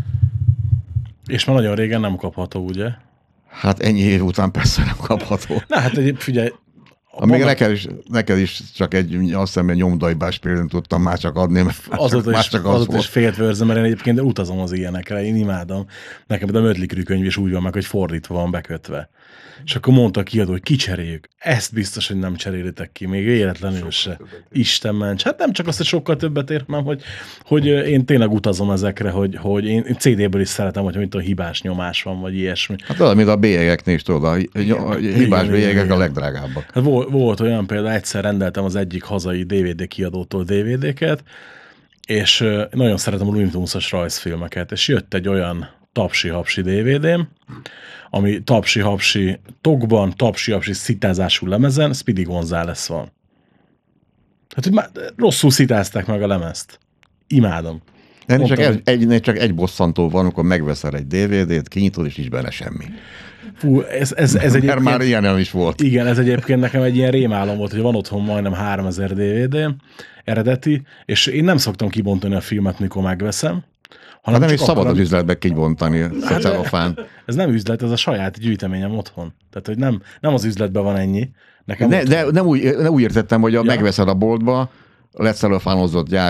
És már nagyon régen nem kapható, ugye? Hát ennyi év után persze nem kapható. Na hát figyelj. Még neked is csak azt hiszem, egy nyomdajbás példát tudtam már csak adni, mert azóta is féltvőrzem, mert én egyébként utazom az ilyenekre, én imádom. Nekem a Mötley könyv is úgy van meg, hogy fordítva van bekötve. És akkor mondta a kiadó, hogy kicseréljük. Ezt biztos, hogy nem cserélitek ki, még véletlenül se. Isten ments. Hát nem csak azt, hogy sokkal többet ér, hanem hogy én tényleg utazom ezekre, hogy én CD-ből is szeretem, hogy mint a hibás nyomás van, vagy ilyesmi. Hát olyan, mint a bélyegeknél is tudod, a hibás bélyegek a legdrágábbak. Hát volt olyan például, egyszer rendeltem az egyik hazai DVD kiadótól DVD-ket, és nagyon szeretem a Looney Tunes-os rajzfilmeket, és jött egy olyan tapsi-hapsi DVD-m, ami tapsi-hapsi tokban, tapsi-hapsi szitázású lemezen, Speedy González van. Tehát, hogy már rosszul szitázták meg a lemezt. Imádom. Csak egy bosszantó van, amikor megveszel egy DVD-t, kinyitod, és nincs benne semmi. Fú, ez egyébként... Mert már ilyen nem is volt. Igen, ez egyébként nekem egy ilyen rémálom volt, hogy van otthon majdnem 3000 DVD eredeti, és én nem szoktam kibontani a filmet, mikor megveszem. Hát nem is szabad az üzletbe kibontani a celofán. Ez nem üzlet, ez a saját gyűjteményem otthon. Tehát, hogy nem az üzletben van ennyi. Nekem nem úgy értettem, hogy megveszed a boltba, lecelofánozott gyári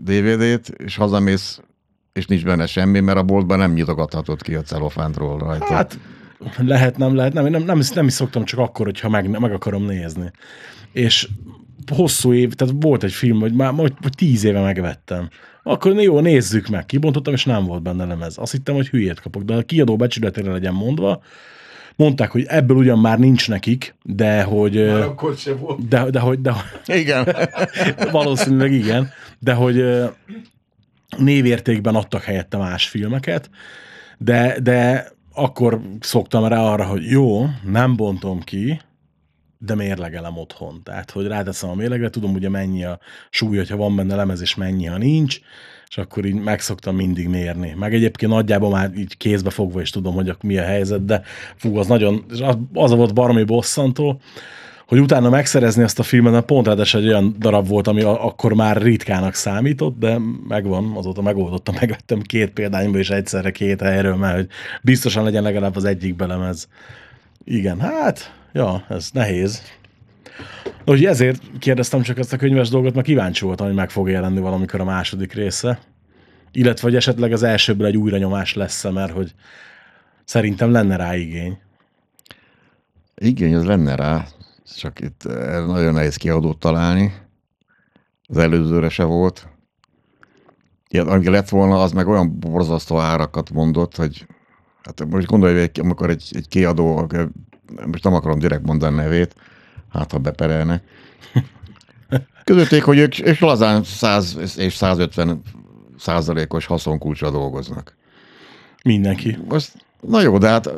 DVD-t, és hazamész, és nincs benne semmi, mert a boltban nem nyitogathatod ki a celofántról rajta. Hát lehet, nem lehet. Nem is szoktam, csak akkor, hogyha meg akarom nézni. És hosszú év, tehát volt egy film, hogy már 10 éve megvettem. Akkor jó, nézzük meg. Kibontottam, és nem volt benne lemez. Azt hittem, hogy hülyét kapok, de a kiadó becsületére legyen mondva. Mondták, hogy ebből ugyan már nincs nekik, de hogy... Már akkor sem volt. De Igen. valószínűleg igen, de hogy névértékben adtak helyette más filmeket, de akkor szoktam rá arra, hogy jó, nem bontom ki, de mérlegelem otthon. Tehát, hogy ráteszem a mérlegre, tudom ugye mennyi a súly, hogyha van benne lemez, és mennyi, ha nincs, és akkor így meg szoktam mindig mérni. Meg egyébként nagyjából már így kézbe fogva is tudom, hogy mi a helyzet, de fú, az nagyon, az volt baromi bosszantó, hogy utána megszerezni ezt a filmet, mert pont ráadásul egy olyan darab volt, ami akkor már ritkának számított, de megvan, azóta megoldottam, megvettem 2 példányból, és egyszerre 2 helyről, mert hogy biztosan legyen legalább az egyik belemez. Igen, hát, ja, ez nehéz. Úgyhogy ezért kérdeztem csak ezt a könyves dolgot, mert kíváncsi voltam, hogy meg fog jelenni valamikor a második része. Illetve, hogy esetleg az elsőből egy újranyomás lesz, mert hogy szerintem lenne rá igény. Igény az lenne rá, csak itt nagyon nehéz kiadót találni. Az előzőre se volt. Ilyen, amíg lett volna, az meg olyan borzasztó árakat mondott, hogy hát most gondolj, hogy amikor egy kiadó, most nem akarom direkt mondani nevét, hát ha beperelnek. Közötték, hogy ők lazán 100 és 150% haszonkulcsra dolgoznak. Mindenki. Most, na jó, de hát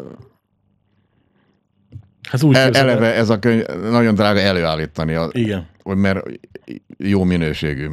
úgy eleve ez a könyv nagyon drága előállítani. Igen. Mert jó minőségű,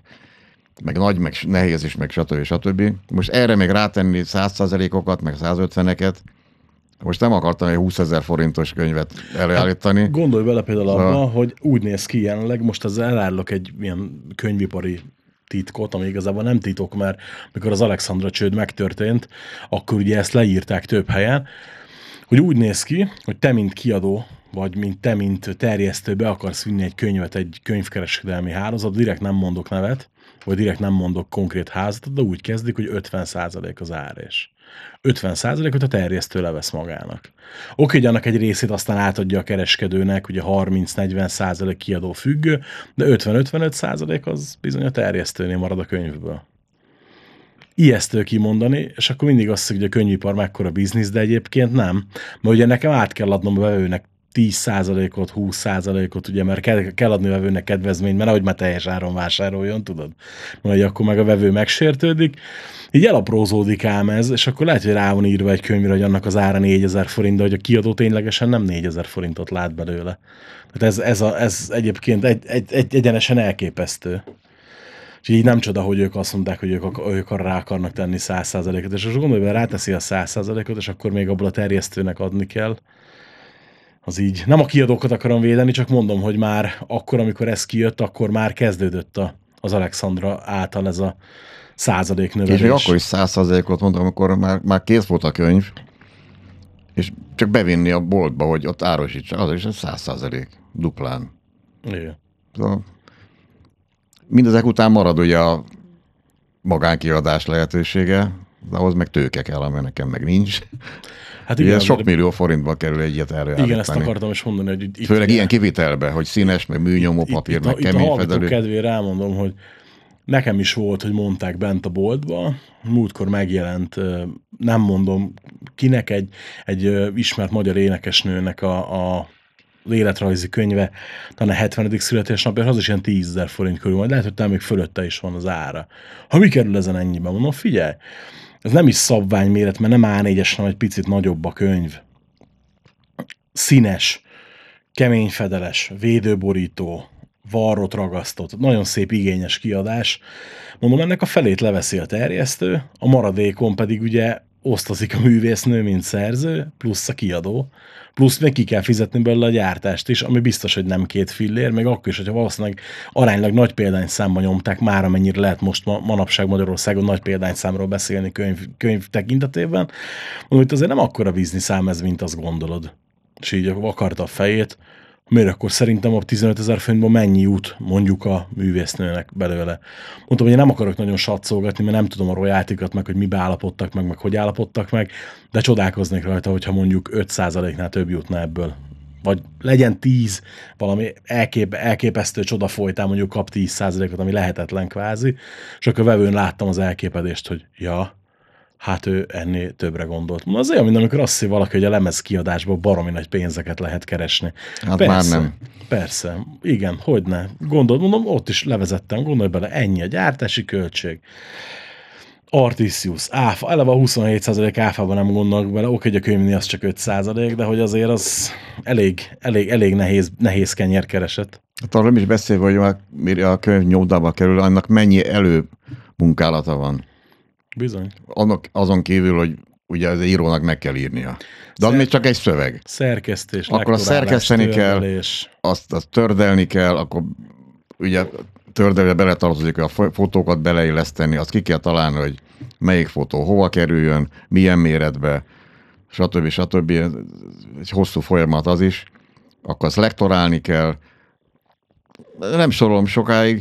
meg nagy, meg nehéz is, meg stb. Most erre még rátenni 100%-okat, meg 150-eket, most nem akartam egy 20 000 forintos könyvet előállítani. Hát gondolj bele például abba, hogy úgy néz ki jelenleg, most az elárulok egy ilyen könyvipari titkot, ami igazából nem titok, mert mikor az Alexandra csőd megtörtént, akkor ugye ezt leírták több helyen, hogy úgy néz ki, hogy te, mint kiadó, vagy te, mint terjesztő be akarsz vinni egy könyvet egy könyvkereskedelmi hálózat, direkt nem mondok nevet, vagy direkt nem mondok konkrét házatot, de úgy kezdik, hogy 50% az árés. 50%-ot a terjesztő levesz magának. Oké, hogy annak egy részét aztán átadja a kereskedőnek, ugye 30-40% kiadó függő, de 50-55% az bizony a terjesztőnél marad a könyvből. Ijesztő kimondani, és akkor mindig azt mondja, hogy a könyvipar mekkora biznisz, de egyébként nem. Mert ugye nekem át kell adnom a vevőnek 10%-ot, 20%-ot, ugye, mert kell adni a vevőnek kedvezményt, mert nehogy már teljes áron vásároljon, tudod? Mert akkor meg a vevő megsértődik. Így elaprózódik ám ez, és akkor lehet, hogy rá van írva egy könyvre, hogy annak az ára 4000 forint, de hogy a kiadó ténylegesen nem 4000 forintot lát belőle. Tehát ez egyébként egyenesen elképesztő. És így nem csoda, hogy ők azt mondták, hogy ők arra rá akarnak tenni 100%-ot, és most gondolj, hogy ráteszi a 100%-ot, és akkor még abból a terjesztőnek adni kell. Az így. Nem a kiadókat akarom védeni, csak mondom, hogy már akkor, amikor ez kijött, akkor már kezdődött az Alexandra által ez a százaléknövelés. És még akkor is 100%-ot mondtam, amikor már kész volt a könyv, és csak bevinni a boltba, hogy ott árusítsa, az is 100%, duplán. Igen. Szóval mindezek után marad ugye a magánkiadás lehetősége, de ahhoz meg tőke kell, ami nekem meg nincs. Hát igen, sok millió forintba kerül egy ilyet előállítani. Igen, ezt akartam is mondani, hogy itt főleg ilyen kivitelbe, hogy színes, meg műnyomó papír, meg kemény fedelő. Itt a kedvére elmondom, hogy nekem is volt, hogy mondták bent a boltba, múltkor megjelent, nem mondom kinek, egy ismert magyar énekesnőnek a életrajzi könyve, talán a 70. születésnapja, az is ilyen 10 000 forint körül, majd lehet, hogy talán még fölötte is van az ára. Ha mi kerül ezen ennyiben? Mondom, figyelj, ez nem is szabványméret, mert nem A4-es, hanem egy picit nagyobb a könyv. Színes, kemény fedeles, védőborító, varrot ragasztott, nagyon szép igényes kiadás. Mondom, ennek a felét leveszi a terjesztő, a maradékon pedig ugye osztozik a művésznő, mint szerző, plusz a kiadó, plusz még ki kell fizetni belőle a gyártást is, ami biztos, hogy nem 2 fillér, még akkor is, hogyha valószínűleg aránylag nagy példányszámban nyomták már, amennyire lehet most manapság Magyarországon nagy példányszámról beszélni könyv tekintetében. Mondom, hogy azért nem akkora bizniszám ez, mint azt gondolod. És így akarta a fejét, Miért akkor szerintem a 15 000 forintból mennyi jut mondjuk a művésznőnek belőle? Mondtam, hogy én nem akarok nagyon satszolgatni, mert nem tudom a royaltikat, meg hogy mibe állapodtak meg hogy állapodtak meg, de csodálkoznék rajta, hogyha mondjuk 5%-nál több jutna ebből. Vagy legyen 10, valami elképesztő csoda folytán mondjuk kap 10%-ot, ami lehetetlen kvázi, és akkor vevőn láttam az elképedést, hogy ja, hát ő ennél többre gondolt. Mondom, az olyan, mint amikor azt hiszi valaki, hogy a lemez kiadásból baromi nagy pénzeket lehet keresni. Hát persze, már nem. Persze, igen, hogyne. Mondom, ott is levezettem, gondolj bele, ennyi a gyártási költség. Artisius, áfa, eleve a 27% áfában nem gondolok bele, oké, hogy a könyvnél az csak 5%, de hogy azért az elég nehéz kenyérkereset. Hát arról nem is beszélve, hogy mire a könyv nyomdába kerül, annak mennyi előmunkálata van. Bizony. Azon kívül, hogy ugye az írónak meg kell írnia. De az még csak egy szöveg. Szerkesztés, akkor azt szerkeszteni kell, azt tördelni kell, akkor ugye tördelve beletartozik, hogy a fotókat beleilleszteni, azt ki kell találni, hogy melyik fotó hova kerüljön, milyen méretbe, stb. Egy hosszú folyamat az is. Akkor azt lektorálni kell. Nem sorolom sokáig.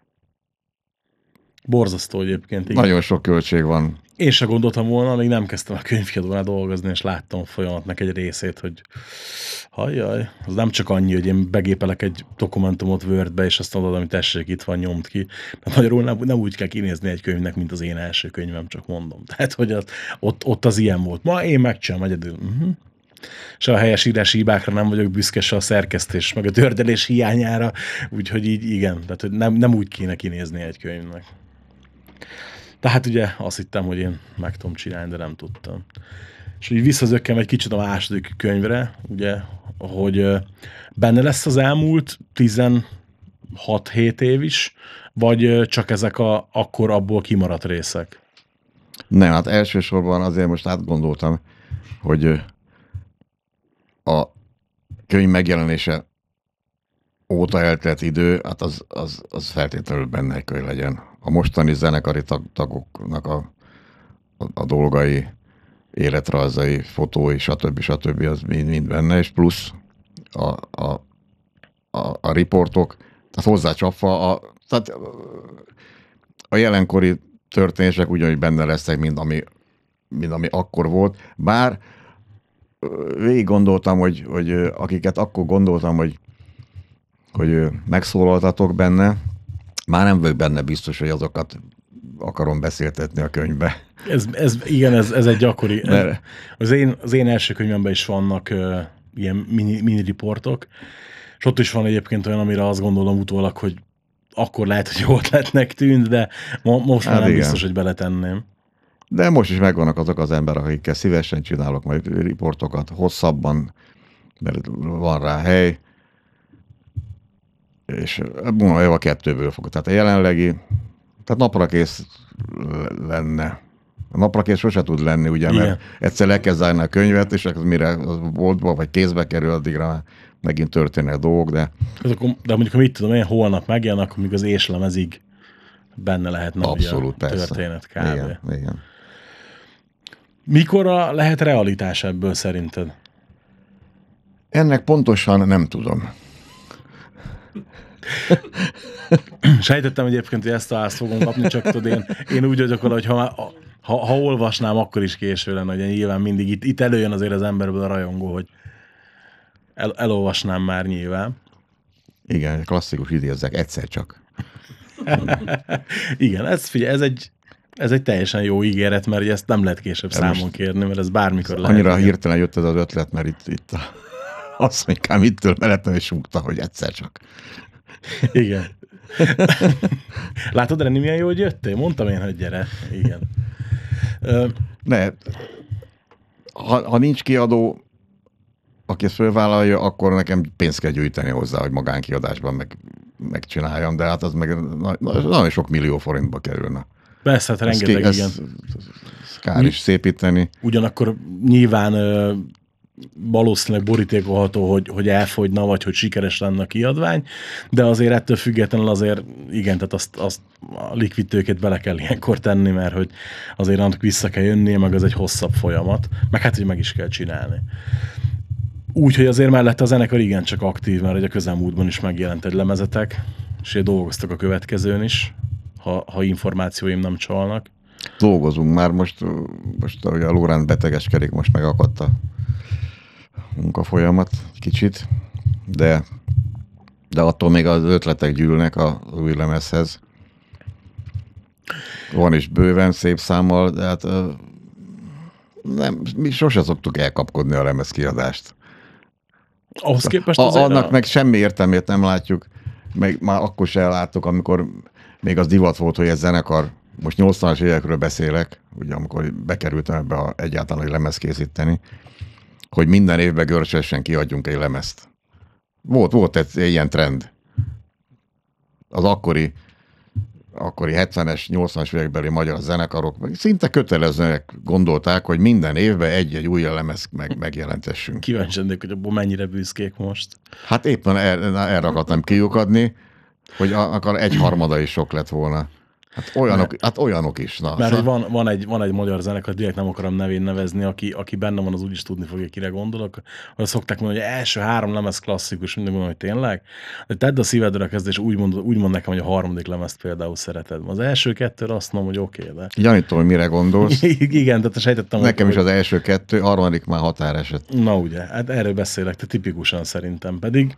Borzasztó egyébként. Igen. Nagyon sok költség van. Én se gondoltam volna, amíg nem kezdtem a könyvkiadónál dolgozni, és láttam a folyamatnak egy részét, hogy hajjaj, az nem csak annyi, hogy én begépelek egy dokumentumot Wordbe, és azt mondod, amit tessék, itt van, nyomd ki. De magyarul nem úgy kell kinézni egy könyvnek, mint az én első könyvem, csak mondom. Tehát, hogy ott az ilyen volt. Ma én megcsinálom egyedül. Se a helyesírási hibákra nem vagyok büszke, se a szerkesztés, meg a tördelés hiányára, úgyhogy így igen, tehát hogy nem úgy kéne kinézni egy könyvnek. Tehát ugye azt hittem, hogy én meg tudom csinálni, de nem tudtam. És így visszazökkem egy kicsit a második könyvre, ugye, hogy benne lesz az elmúlt 16-7 év is, vagy csak ezek akkor abból kimaradt részek? Nem, hát elsősorban azért most átgondoltam, hogy a könyv megjelenése óta eltelt idő, hát az feltétlenül benne kell legyen. A mostani zenekari tagoknak a dolgai, életrajzai, fotói, stb. Az mind benne, és plusz a riportok, tehát hozzácsapva, tehát a jelenkori történések ugyanúgy benne lesznek, mint ami akkor volt. Bár végig gondoltam, hogy akiket akkor gondoltam, hogy megszólaltatok benne, már nem vagyok benne biztos, hogy azokat akarom beszéltetni a könyvbe. Ez egy gyakori. Az én első könyvemben is vannak ilyen mini riportok, és ott is van egyébként olyan, amire azt gondolom utólag, hogy akkor lehet, hogy jó ötletnek tűnt, de most már nem biztos, hogy beletenném. De most is megvannak azok az emberek, akikkel szívesen csinálok majd riportokat, hosszabban, mert van rá hely, és a kettőből fog. Tehát a jelenlegi, tehát napra kész lenne. A napra kész sose tud lenni, ugye, mert egyszer le kell zárni a könyvet, és mire az boltba vagy kézbe kerül, addigra megint történnek dolgok, de mondjuk, ha mit tudom én, holnap megjelen, akkor még az éslemezig benne lehetne abszolút, a történet kb. Igen. Mikorra lehet realitás ebből szerinted? Ennek pontosan nem tudom. Sejtettem egyébként, hogy ezt a házt fogom kapni, csak tudod, én úgy vagyok vele, hogy ha olvasnám, akkor is késő lenne, hogy nyilván mindig itt előjön azért az emberből a rajongó, hogy elolvasnám már nyilván. Igen, klasszikus idézzek, egyszer csak. Igen, ez egy teljesen jó ígéret, mert ezt nem lehet később számon kérni, mert ez bármikor lehet. Annyira hirtelen jött ez az ötlet, mert itt azt mondjam, ittől mellettem és súgta, hogy egyszer csak. Igen. Látod, Reni, milyen jó, hogy jöttél? Mondtam én, hogy gyere. Igen. Ne, ha nincs kiadó, aki ezt fölvállalja, akkor nekem pénzt kell gyűjteni hozzá, hogy magánkiadásban megcsináljam, de hát az meg nagyon sok millió forintba kerülne. Persze, hát rengeteg, igen. Kár is szépíteni. Ugyanakkor nyilván valószínűleg borítékolható, hogy elfogyna, vagy hogy sikeres lenne a kiadvány, de azért ettől függetlenül azért igen, tehát azt a likvid tőkét bele kell ilyenkor tenni, mert hogy azért annak vissza kell jönnie, meg az egy hosszabb folyamat, meg hát, hogy meg is kell csinálni. Úgyhogy azért mellett a zenekar igencsak aktív, mert a közelmúltban is megjelent egy lemezetek, és dolgoztak a következőn is, ha információim nem csalnak. Dolgozunk már most ahogy a Lóránt betegeskedik, most megakadt a munkafolyamat kicsit, de attól még az ötletek gyűlnek az új lemezhez. Van is bőven szép számmal, de hát mi sose szoktuk elkapkodni a lemezkiadást. Ahhoz képest azért annak meg semmi értelmét nem látjuk, meg már akkor se láttuk, amikor még az divat volt, hogy egy zenekar, most 80-as évekről beszélek, ugye amikor bekerültem ebbe egyáltalán egy lemezt készíteni, hogy minden évben görcsösen kiadjunk egy lemezt. Volt egy ilyen trend. Az akkori 70-es, 80-as évekbeli magyar zenekarok szinte kötelezőnek gondolták, hogy minden évben egy-egy új lemezt megjelentessünk. Kíváncsi lennék, hogy abból mennyire büszkék most. Hát éppen erre akartam kiukadni, hogy akar 1/3 is sok lett volna. Hát olyanok is. Na, mert van egy magyar zenekar, direkt nem akarom nevén nevezni, aki benne van, az úgyis tudni fogja, kire gondolok. Hogy szokták mondani, hogy első 3 lemez klasszikus, mindig mondom, hogy tényleg. De tedd a szívedre a kezdés, úgy mond nekem, hogy a 3. lemezt például szereted. Az első 2-re azt mondom, hogy oké, de... Gyanítom, hogy mire gondolsz. Igen, tehát sejtettem. Nekem is az első 2, 3. már határeset. Na ugye, hát erről beszélek, te tipikusan szerintem pedig.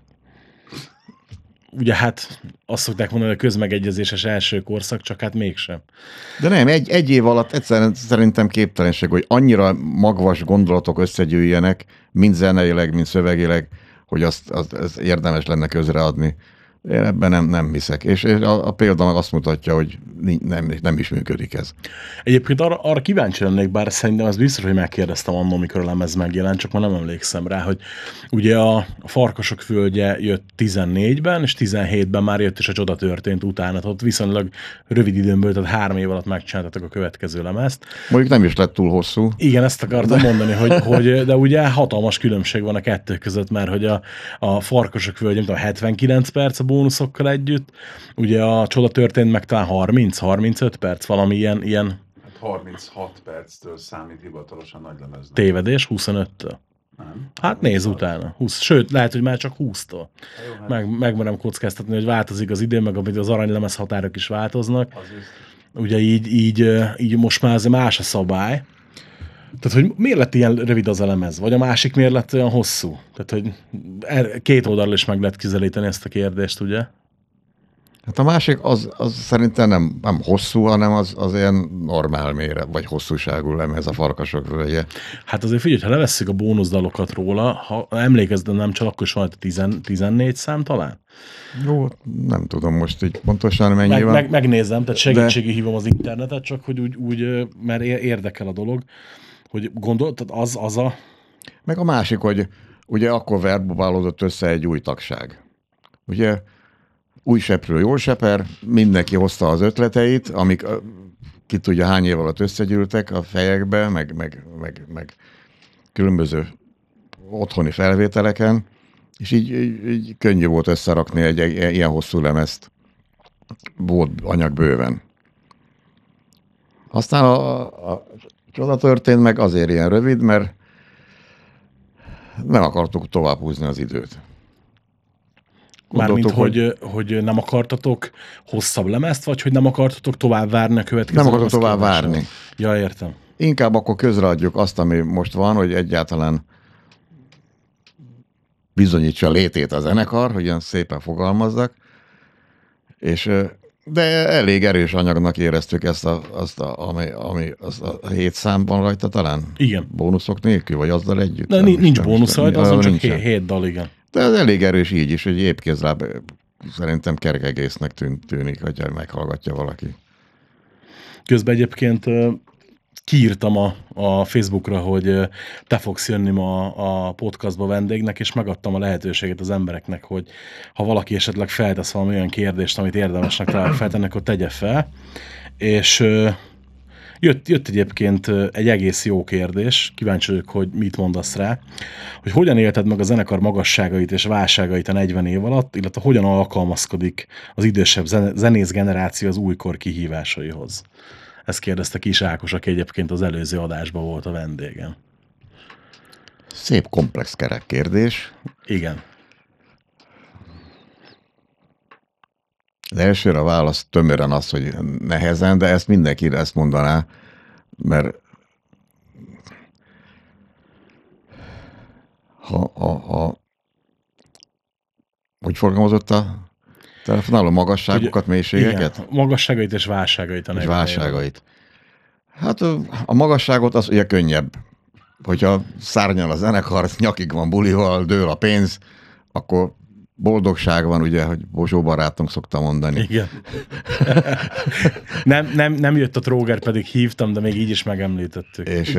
Ugye hát azt szokták mondani, hogy a közmegegyezéses első korszak, csak hát mégsem. De nem, egy év alatt egyszerűen szerintem képtelenség, hogy annyira magvas gondolatok összegyűjjenek, mind zeneileg, mind szövegileg, hogy azt érdemes lenne közreadni. Én ebben nem hiszek. És a példa meg azt mutatja, hogy nem is működik ez. Egyébként arra kíváncsi lennék, bár szerintem az biztos, hogy megkérdeztem annól, mikor a lemez megjelent, csak már nem emlékszem rá, hogy ugye a Farkasok Földje jött 14-ben, és 17-ben már jött, és a csoda történt utána. Ott viszonylag rövid időnből, tehát 3 év alatt megcsináltatok a következő lemezt. Mondjuk nem is lett túl hosszú. Igen, ezt akartam mondani, hogy de ugye hatalmas különbség van a kettő között, mert hogy a Farkasok Földje, mint a 79 perc a bónuszokkal együtt, ugye a csoda történt meg talán 30-35 perc, valami ilyen Hát 36 perctől számít hivatalosan nagy lemeznek. tévedés, 25-től. Nem? Hát nézz utána. 20, sőt, lehet, hogy már csak 20-tól. Megmerem kockáztatni, hogy változik az idő, meg az aranylemez határok is változnak. Ugye így most már azért más a szabály. Tehát, hogy miért lett ilyen rövid az a lemez? Vagy a másik miért lett olyan hosszú? Tehát, hogy két oldalról is meg lehet kizelíteni ezt a kérdést, ugye? Hát a másik az szerintem nem hosszú, hanem az ilyen normál méret, vagy hosszúságú lemez a Farkasok Földje. Hát azért figyelj, ha levesszük a bónuszdalokat róla, ha emlékezd, nem csak akkor is van 14 szám talán? Jó, nem tudom most így pontosan mennyi van. Megnézem, tehát segítségi hívom az internetet, csak hogy úgy mert érdekel a dolog, hogy gondoltad, az a... Meg a másik, hogy ugye akkor verbálódott össze egy új tagság. Ugye új seprő, jól seper, mindenki hozta az ötleteit, amik ki tudja hány év alatt összegyűltek a fejekbe, meg különböző otthoni felvételeken, és így könnyű volt összerakni egy ilyen hosszú lemezt. Volt anyag bőven. Aztán a csoda történt meg azért ilyen rövid, mert nem akartuk tovább húzni az időt. Mármint, hogy nem akartatok hosszabb lemezt, vagy hogy nem akartatok tovább várni a következő Nem akartok tovább várni. Ja, értem. Inkább akkor közreadjuk azt, ami most van, hogy egyáltalán bizonyítsa létét a zenekar, hogy ilyen szépen fogalmazzak, de elég erős anyagnak éreztük ezt ami a 7 számban rajta talán? Igen. Bónuszok nélkül, vagy azzal együtt? De nincs bónusz rajta, azon csak 7 dal, igen. De ez elég erős így is, hogy épp kézláb szerintem kerkegésznek tűnik, hogyha meghallgatja valaki. Közben egyébként kiírtam a Facebookra, hogy te fogsz jönni ma a podcastba vendégnek, és megadtam a lehetőséget az embereknek, hogy ha valaki esetleg feltesz valami olyan kérdést, amit érdemesnek talán feltenni, akkor tegye fel. És jött egyébként egy egész jó kérdés, kíváncsi vagyok, hogy mit mondasz rá, hogy hogyan élted meg a zenekar magasságait és válságait a 40 év alatt, illetve hogyan alkalmazkodik az idősebb zenész generáció az újkor kihívásaihoz. Ezt kérdezte Kis Ákos, aki egyébként az előző adásban volt a vendégem. szép komplex kerek kérdés. Igen. De elsőre a válasz tömören az, hogy nehezen, de ezt mindenki ezt mondaná, mert ha hogy fogalmazott a telefonáló magasságokat, mélységeket? Igen, magasságait és válságait. És válságait. Hát a magasságot az ugye könnyebb. Hogyha szárnyal a zenekar, nyakig van bulival, dől a pénz, akkor boldogság van, ugye, hogy Bozsó barátunk szokta mondani. Igen. nem jött a tróger, pedig hívtam, de még így is megemlítettük. És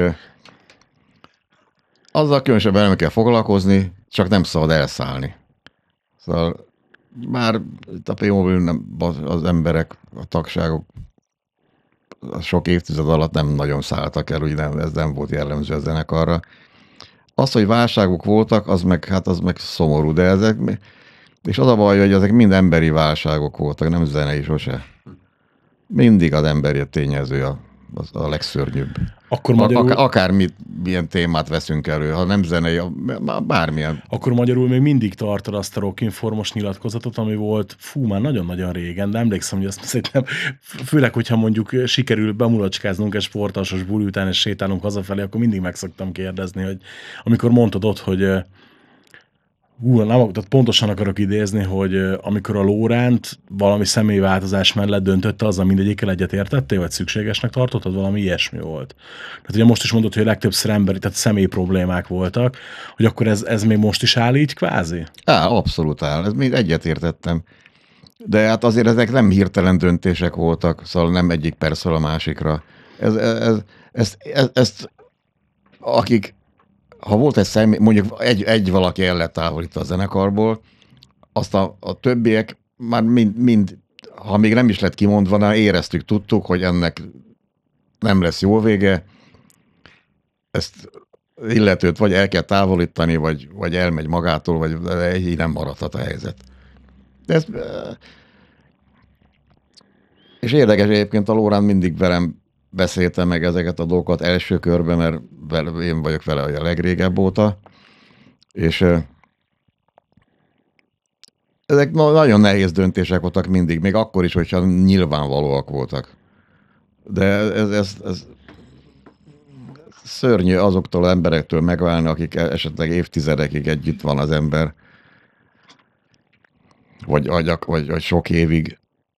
azzal különösebben nem kell foglalkozni, csak nem szabad elszállni. Szóval már itt a P-Mobil az emberek, a tagságok sok évtized alatt nem nagyon szálltak el, ugye ez nem volt jellemző a zenekarra. Az, hogy válságok voltak, az meg szomorú, de ezek, és az a baj, hogy ezek mind emberi válságok voltak, nem zenei sose. Mindig az emberi tényező a legszörnyűbb. Akkor magyarul... Akármit, milyen témát veszünk elő, ha nem zenei, bármilyen. Akkor magyarul még mindig tartod azt a Rockinformos nyilatkozatot, ami volt, már nagyon-nagyon régen, de emlékszem, hogy azt szerintem, főleg, hogyha mondjuk sikerül bemulacskáznunk egy sportalsos buli után, és sétálunk hazafelé, akkor mindig meg szoktam kérdezni, hogy amikor mondtad ott, hogy tehát pontosan akarok idézni, hogy amikor a Lóránt valami személyváltozás mellett döntötte, azzal mindegyikkel egyet értettél, vagy szükségesnek tartottad, valami ilyesmi volt. Tehát ugye most is mondod, hogy a legtöbbször emberi, tehát személyi problémák voltak, hogy akkor ez még most is áll így kvázi? Abszolút áll, ez mind egyet értettem. De hát azért ezek nem hirtelen döntések voltak, szóval nem egyik percről a másikra. Ezt akik ha volt egy személy, mondjuk egy valaki el lett távolítva a zenekarból, azt a többiek már mind, ha még nem is lett kimondva, éreztük, tudtuk, hogy ennek nem lesz jó vége, ezt illetőt vagy el kell távolítani, vagy elmegy magától, vagy így nem maradhat a helyzet. De és érdekes egyébként, a Lórán mindig velem beszéltem meg ezeket a dolgokat első körben, mert én vagyok vele a legrégebb óta, és ezek nagyon nehéz döntések voltak mindig, még akkor is, hogyha nyilvánvalóak voltak. De ez szörnyű azoktól az emberektől megválni, akik esetleg évtizedekig együtt van az ember, vagy sok évig,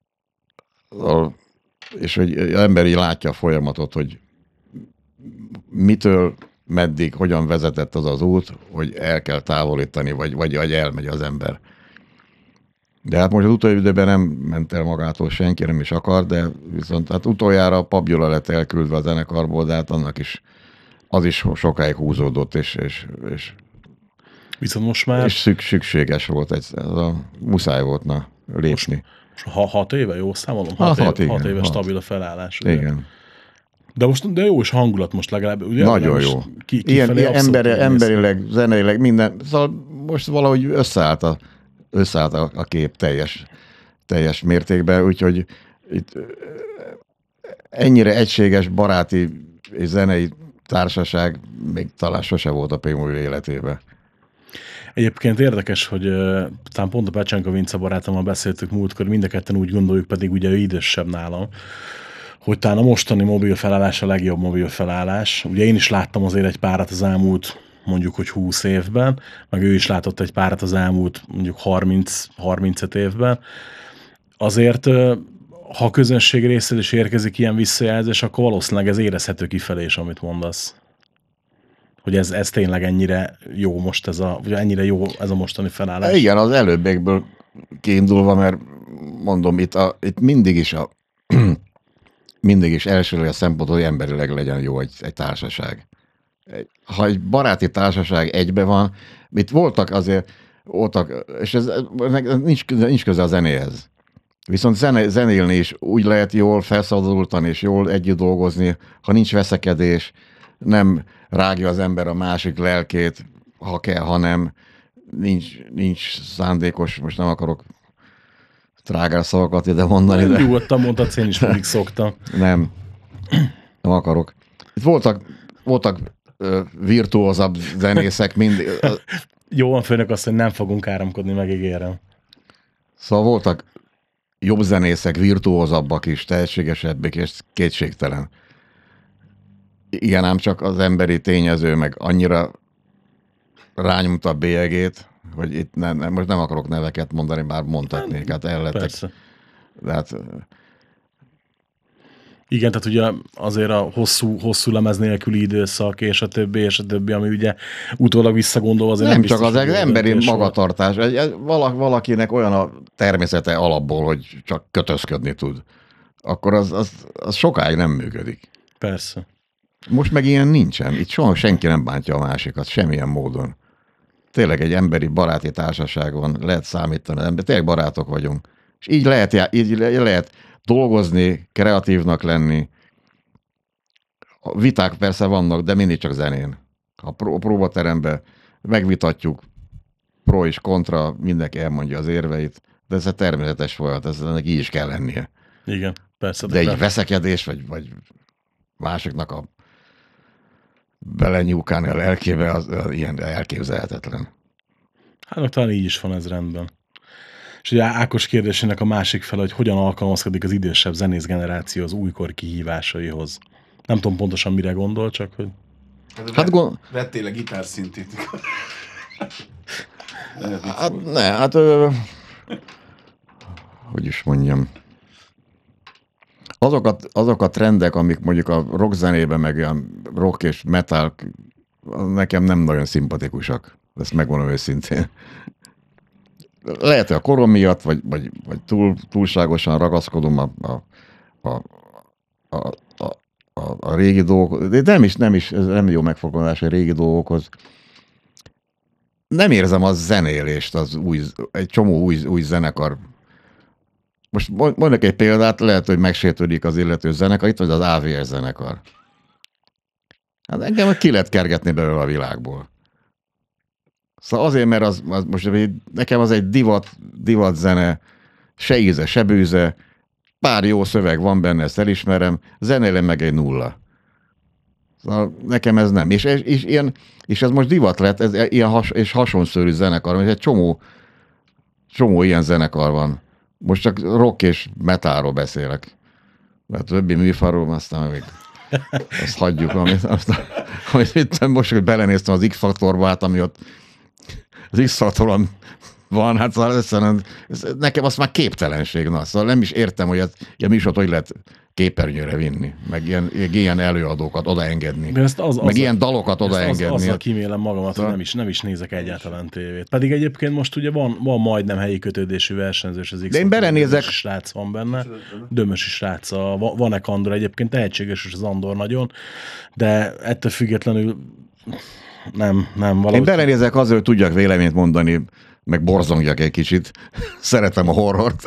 és hogy az ember így látja a folyamatot, hogy mitől, meddig, hogyan vezetett az út, hogy el kell távolítani, vagy elmegy az ember. De hát most az utóbbi időben nem ment el magától senki, nem is akar, de viszont hát utoljára a Pap Gyula lett elküldve a zenekarból, de hát annak is, az is sokáig húzódott, és viszont most már... És szükséges volt, muszáj volt lépni. Most 6 éve, jó számolom? 6 éve stabil a felállás. Ugye? Igen. De jó is hangulat most legalább. Ugye? Nagyon jó. Ilyen emberileg, zeneileg, minden. Szóval most valahogy összeállt a kép teljes mértékben, úgyhogy itt ennyire egységes baráti és zenei társaság még talán sose volt a P-Mobil életében. Egyébként érdekes, hogy talán pont a Pecsenka Vince barátommal beszéltük múltkor, mind a ketten úgy gondoljuk, pedig ugye ő idősebb nálam, hogy talán a mostani mobil felállás a legjobb mobil felállás. Ugye én is láttam azért egy párat az elmúlt mondjuk, hogy 20 évben, meg ő is látott egy párat az elmúlt mondjuk 30-35 évben. Azért, ha a közönség részéről is érkezik ilyen visszajelzés, akkor valószínűleg ez érezhető kifelé is, amit mondasz. Hogy ez tényleg ennyire jó most ennyire jó ez a mostani felállás. Igen, az előbbiekből kiindulva, mert mondom, itt mindig is elsőleg a szempont, hogy emberileg legyen jó egy társaság. Ha egy baráti társaság egybe van, itt voltak, és ez nincs köze a zenéhez. Viszont zenélni is úgy lehet jól felszabadultan és jól együtt dolgozni, ha nincs veszekedés, nem rágja az ember a másik lelkét, ha kell, ha nem, nincs szándékos, most nem akarok trágár szavakat ide mondani. De... Nyugodtan mondhatsz, én is mindig szoktam. Nem akarok. Itt voltak virtuózabb zenészek mind. Jó van, főnök azt, hogy nem fogunk áramkodni, megígérem. Szóval voltak jobb zenészek, virtuózabbak is, tehetségesebbek, és kétségtelen. Igen, ám csak az emberi tényező meg annyira rányomta a bélyegét, hogy itt most nem akarok neveket mondani, bár mondhatnék, hát ellettek. Persze. De hát, Igen, tehát ugye azért a hosszú lemez nélküli időszak, és a többi, ami ugye utólag visszagondolva azért nem biztos, csak az hogy jó emberi döntés volt. magatartás. Valakinek olyan a természete alapból, hogy csak kötözködni tud. Akkor az sokáig nem működik. Persze. Most meg ilyen nincsen. Itt soha senki nem bántja a másikat, semmilyen módon. Tényleg egy emberi baráti társaságon lehet számítani, tényleg barátok vagyunk. És így lehet dolgozni, kreatívnak lenni. A viták persze vannak, de mindig csak zenén. A próbateremben megvitatjuk, pro és kontra, mindenki elmondja az érveit, de ez egy természetes folyamat, ennek így is kell lennie. Igen, persze. De egy veszekedés, vagy másiknak a belenyúkálni a lelkébe, az ilyen elképzelhetetlen. Hát talán így is van ez rendben. És ugye Ákos kérdésének a másik fele, hogy hogyan alkalmazkodik az idősebb zenész generáció az újkor kihívásaihoz. Nem tudom pontosan mire gondol, csak hogy... Hát vettél a gitárszintit. Hogy is mondjam. Azok a trendek, amik mondjuk a rock zenében, meg ilyen rock és metal, nekem nem nagyon szimpatikusak. Ezt megmondom őszintén. Lehet, hogy a korom miatt, vagy túlságosan ragaszkodom a régi dolgokhoz. De nem is, ez nem jó megfogalmazás a régi dolgokhoz. Nem érzem a zenélést, egy csomó új zenekar. Most mondok egy példát, lehet, hogy megsértődik az illető zenekar, itt vagy az AVS zenekar. Hát engem ki lehet kergetni belőle a világból. Szóval azért, mert az most nekem az egy divat zene, se íze, se bűze, pár jó szöveg van benne, ezt elismerem, zenélem meg egy nulla. Szóval nekem ez nem. És ez most divat lett, ez ilyen és hasonszörű zenekar, mert egy csomó ilyen zenekar van. Most csak rock és metalról beszélek. Mert többi műfajról, aztán még azt hagyjuk, amit itt most, hogy belenéztem az X-faktorba, hát ami ott az X-faktoron van, hát szóval nekem az már képtelenség. Na, szóval nem is értem, hogy a műsort hogy lehet képernyőre vinni, meg ilyen előadókat odaengedni, meg ilyen dalokat odaengedni. Azzal kímélem magamat, hogy nem is nézek egyáltalán tévét. Pedig egyébként most ugye van majdnem helyi kötődésű versenyzős az X. De én belenézek. Srác van benne, Dömösi srác, van-e Andor egyébként, tehetséges az Andor nagyon, de ettől függetlenül nem valahogy. Én belenézek azért, hogy tudjak véleményt mondani, meg borzongjak egy kicsit. Szeretem a horrort.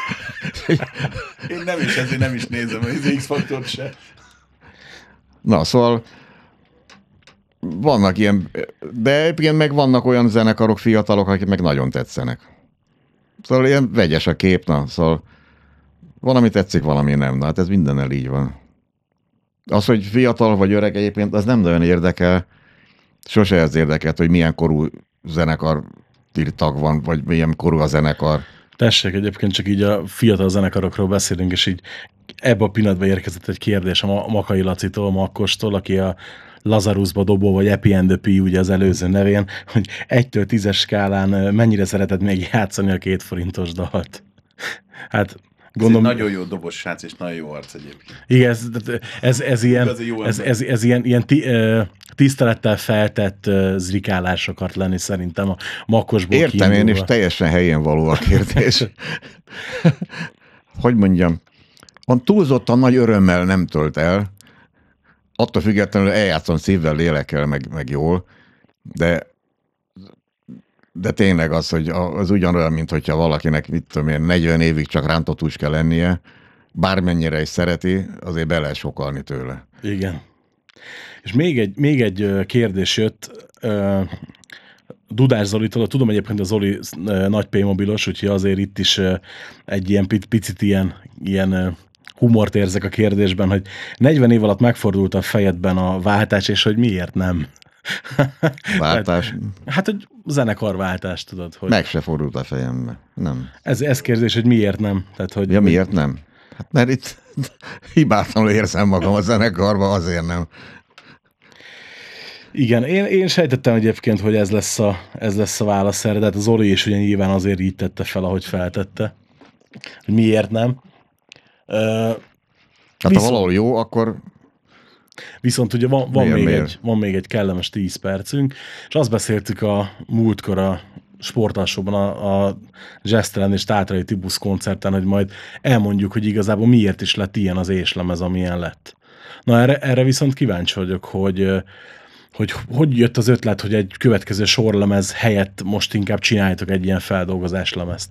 Én ezért nem is nézem az X-faktort se. Na, szóval vannak ilyen, de egyébként meg vannak olyan zenekarok, fiatalok, akik meg nagyon tetszenek. Szóval ilyen vegyes a kép, na, szóval valami tetszik, valami nem. Na, hát ez mindennel így van. Az, hogy fiatal vagy öreg egyébként, az nem nagyon érdekel. Sose ez érdekelt, hogy milyen korú zenekar tag van, vagy milyen korú a zenekar. Tessék, egyébként csak így a fiatal zenekarokról beszélünk, és így ebben a pillanatban érkezett egy kérdés a Makai Lacitól, Makkostól, aki a Lazarusba dobó, vagy Epi and the Pea, ugye az előző nevén, hogy 1-től 10-es skálán mennyire szereted még játszani a 2 forintos dalt? Hát gondolom... Ez egy nagyon jó dobos srác, és nagyon jó arc egyébként. Igen, ez ilyen tisztelettel feltett zrikálások akart lenni szerintem a Makkosból Értem én, és teljesen helyén való a kérdés. Hogy mondjam, van túlzottan nagy örömmel nem tölt el, attól függetlenül eljátszom szívvel, lélekkel, meg jól, de tényleg az, hogy az ugyanolyan, mint hogyha valakinek, mit tudom én, 40 évig csak rántatús kell lennie, bármennyire is szereti, azért be lehet sokalni tőle. Igen. És még egy kérdés jött Dudás Zolitól. Tudom egyébként, a Zoli nagy P-mobilos, úgyhogy azért itt is egy ilyen picit ilyen humort érzek a kérdésben, hogy 40 év alatt megfordult a fejedben a váltás, és hogy miért nem? Váltás. Hát, hogy zenekarváltás, tudod. Hogy Meg se fordult a fejembe. Nem. ez kérdés, hogy miért nem? Tehát, hogy, Ja, miért nem? Hát mert itt hibátlanul érzem magam a zenekarba, azért nem. Igen, én sejtettem egyébként, hogy ez lesz a válasz erre, de hát az Zoli is ugye nyilván azért így tette fel, ahogy feltette. Hogy miért nem? Hát ha valahol jó, akkor Viszont ugye van még egy kellemes 10 percünk, és azt beszéltük a múltkor a sportalsóban a Zsesztelen és Tátrai Tibusz koncerten, hogy majd elmondjuk, hogy igazából miért is lett ilyen az éslemez, amilyen lett. Na erre viszont kíváncsi vagyok, hogy jött az ötlet, hogy egy következő sorlemez helyett most inkább csináljátok egy ilyen feldolgozáslemezt.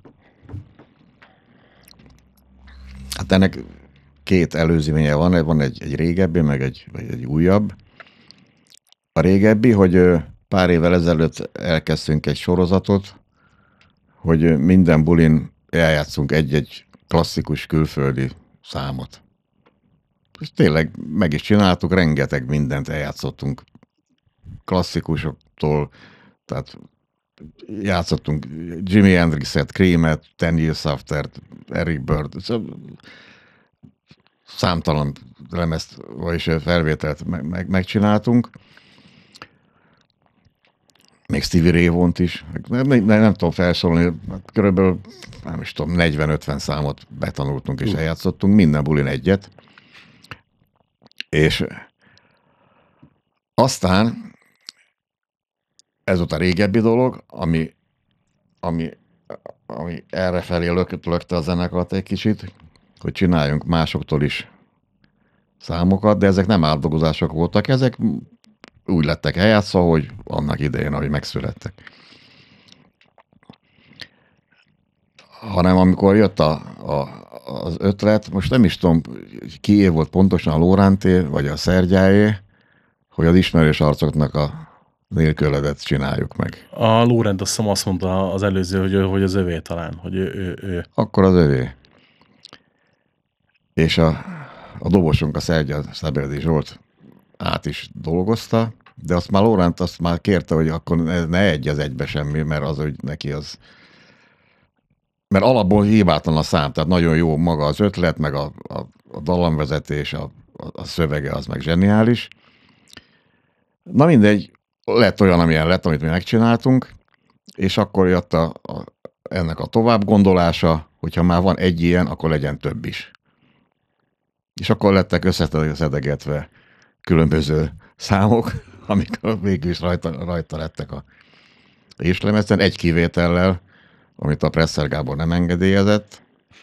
hát ennek két előzménye van egy régebbi, meg egy újabb. A régebbi, hogy pár évvel ezelőtt elkezdtünk egy sorozatot, hogy minden bulin eljátszunk egy klasszikus külföldi számot. És tényleg meg is csináltuk, rengeteg mindent eljátszottunk klasszikusoktól, tehát játszottunk Jimi Hendrixet, Cream-et, 10 Years After-t, Eric Bird, számtalan lemezt, vagyis felvételt megcsináltunk. Még Stevie Ray Vaughan-t is. Nem tudom felsorolni, körülbelül nem is tudom, 40-50 számot betanultunk és eljátszottunk, minden bulin egyet. És aztán ez volt a régebbi dolog, ami errefelé lökte a zenekart egy kicsit, hogy csináljunk másoktól is számokat, de ezek nem átdolgozások voltak, ezek úgy lettek eljátszva, hogy annak idején, ahogy megszülettek. Hanem amikor jött az ötlet, most nem is tudom, kié volt pontosan, a Lóránté, vagy a Szergyáé, hogy az ismerős arcoknak a nélküledet csináljuk meg. A Lórend azt hiszem azt mondta az előző, hogy az övé talán, hogy ő. Akkor az övé. És a dobosunk, a Szergya Szaberdi Zsolt át is dolgozta, de azt már Lóránt azt már kérte, hogy akkor ne egy az egybe semmi, mert az, hogy neki az... Mert alapból hibátlan a szám, tehát nagyon jó maga az ötlet, meg a dallamvezetés, a szövege az meg zseniális. Na mindegy, lett olyan, amilyen lett, amit mi megcsináltunk, és akkor jött ennek a tovább gondolása, hogyha már van egy ilyen, akkor legyen több is. És akkor lettek összeszedegetve különböző számok, amik végül is rajta lettek a éslemezen, egy kivétellel, amit a Presser Gábor nem engedélyezett.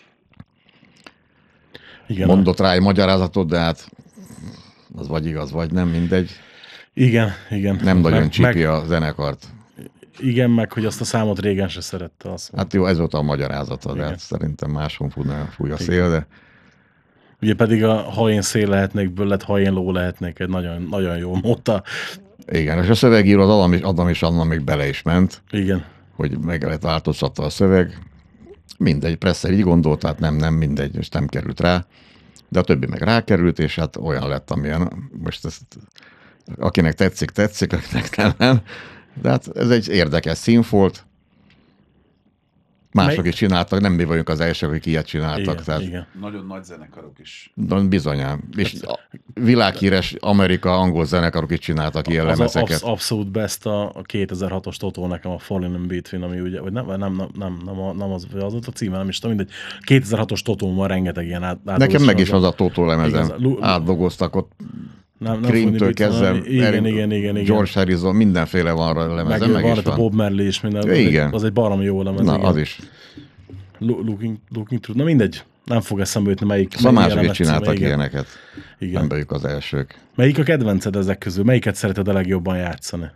Igen, mondott rá egy magyarázatot, de hát az vagy igaz, vagy nem, mindegy. Igen. Nem nagyon csípi a zenekart. Igen, meg hogy azt a számot régen se szerette. Hát jó, ez volt a magyarázata, de hát szerintem máson fúj a szél, de... Ugye pedig ha én szél lehetnék, lett, ha én ló lehetnék, egy nagyon, nagyon jó móta. Igen, és a szövegíró az Adam és Anna még bele is ment. Igen. Hogy meg lett változtatva a szöveg. Mindegy, Presser így gondolt, tehát nem mindegy, és nem került rá. De a többi meg rákerült, és hát olyan lett, amilyen most ezt, akinek tetszik, akinek nem. De hát ez egy érdekes színfolt. Mások is csináltak, nem mi vagyunk az elsők, akik ilyet csináltak. Igen, tehát igen. Nagyon nagy zenekarok is. Bizonyám. És világhíres angol zenekarok is csináltak ilyen lemezeket. Az abszolút best a 2006-os Totó nekem a Falling in Between, ami ugye, vagy nem az volt a címe, nem is tudom, mindegy. 2006-os Totón rengeteg ilyen átdolgozás. Nekem meg is az a Totó lemezem. Átdolgoztak ott. Cream-től kezdve, igen. George Harrison, mindenféle van a lemezen, meg van is van. A Bob Marley is, minden. Igen. Az egy baromi jó lemez. Na, igen. az is. Looking Through. Na mindegy, nem fog eszembe jutni, melyik. Szóval mások is csináltak ilyeneket. Igen. Nem vagyunk az elsők. Melyik a kedvenced ezek közül? Melyiket szereted a legjobban játszani?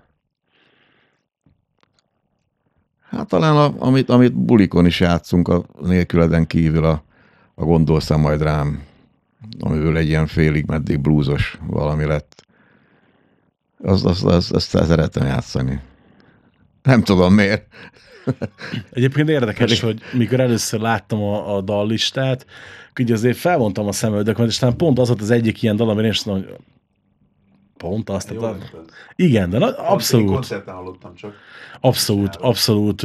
Hát talán amit bulikon is játszunk, a nélküleden kívül a Gondolsz majd rám, amiből egy ilyen félig meddig bluesos valami lett. Azt szeretem játszani. Nem tudom miért. Egyébként érdekes, hogy mikor először láttam a dallistát, így azért felvontam a szemöldökömet, és talán pont az volt az egyik ilyen dal, amire én is mondom, hogy pont azt. Jó lett az. Igen, de Én abszolút, koncerten hallottam csak. abszolút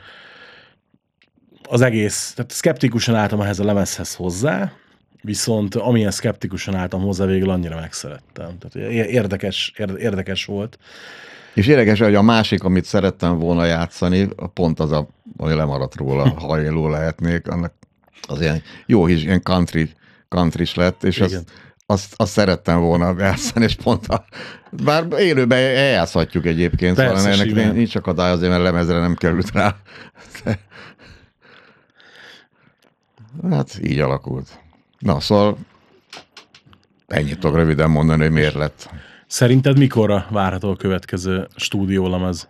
az egész, tehát szkeptikusan álltam ehhez a lemezhez hozzá, viszont amilyen szkeptikusan álltam hozzá, végül annyira megszerettem. Tehát érdekes volt. És érdekes, hogy a másik, amit szerettem volna játszani, pont az, ami lemaradt róla, ha élő lehetnék, annak az ilyen jó is, ilyen country-s lett, és azt szerettem volna játszani, és pont bár élőben eljátszhatjuk egyébként, persze, szóval ennek simán. nincs akadály, azért, mert lemezre nem került rá. Hát így alakult. Na, szóval ennyit tudok röviden mondani, hogy miért lett. Szerinted mikorra várható a következő stúdiólemez?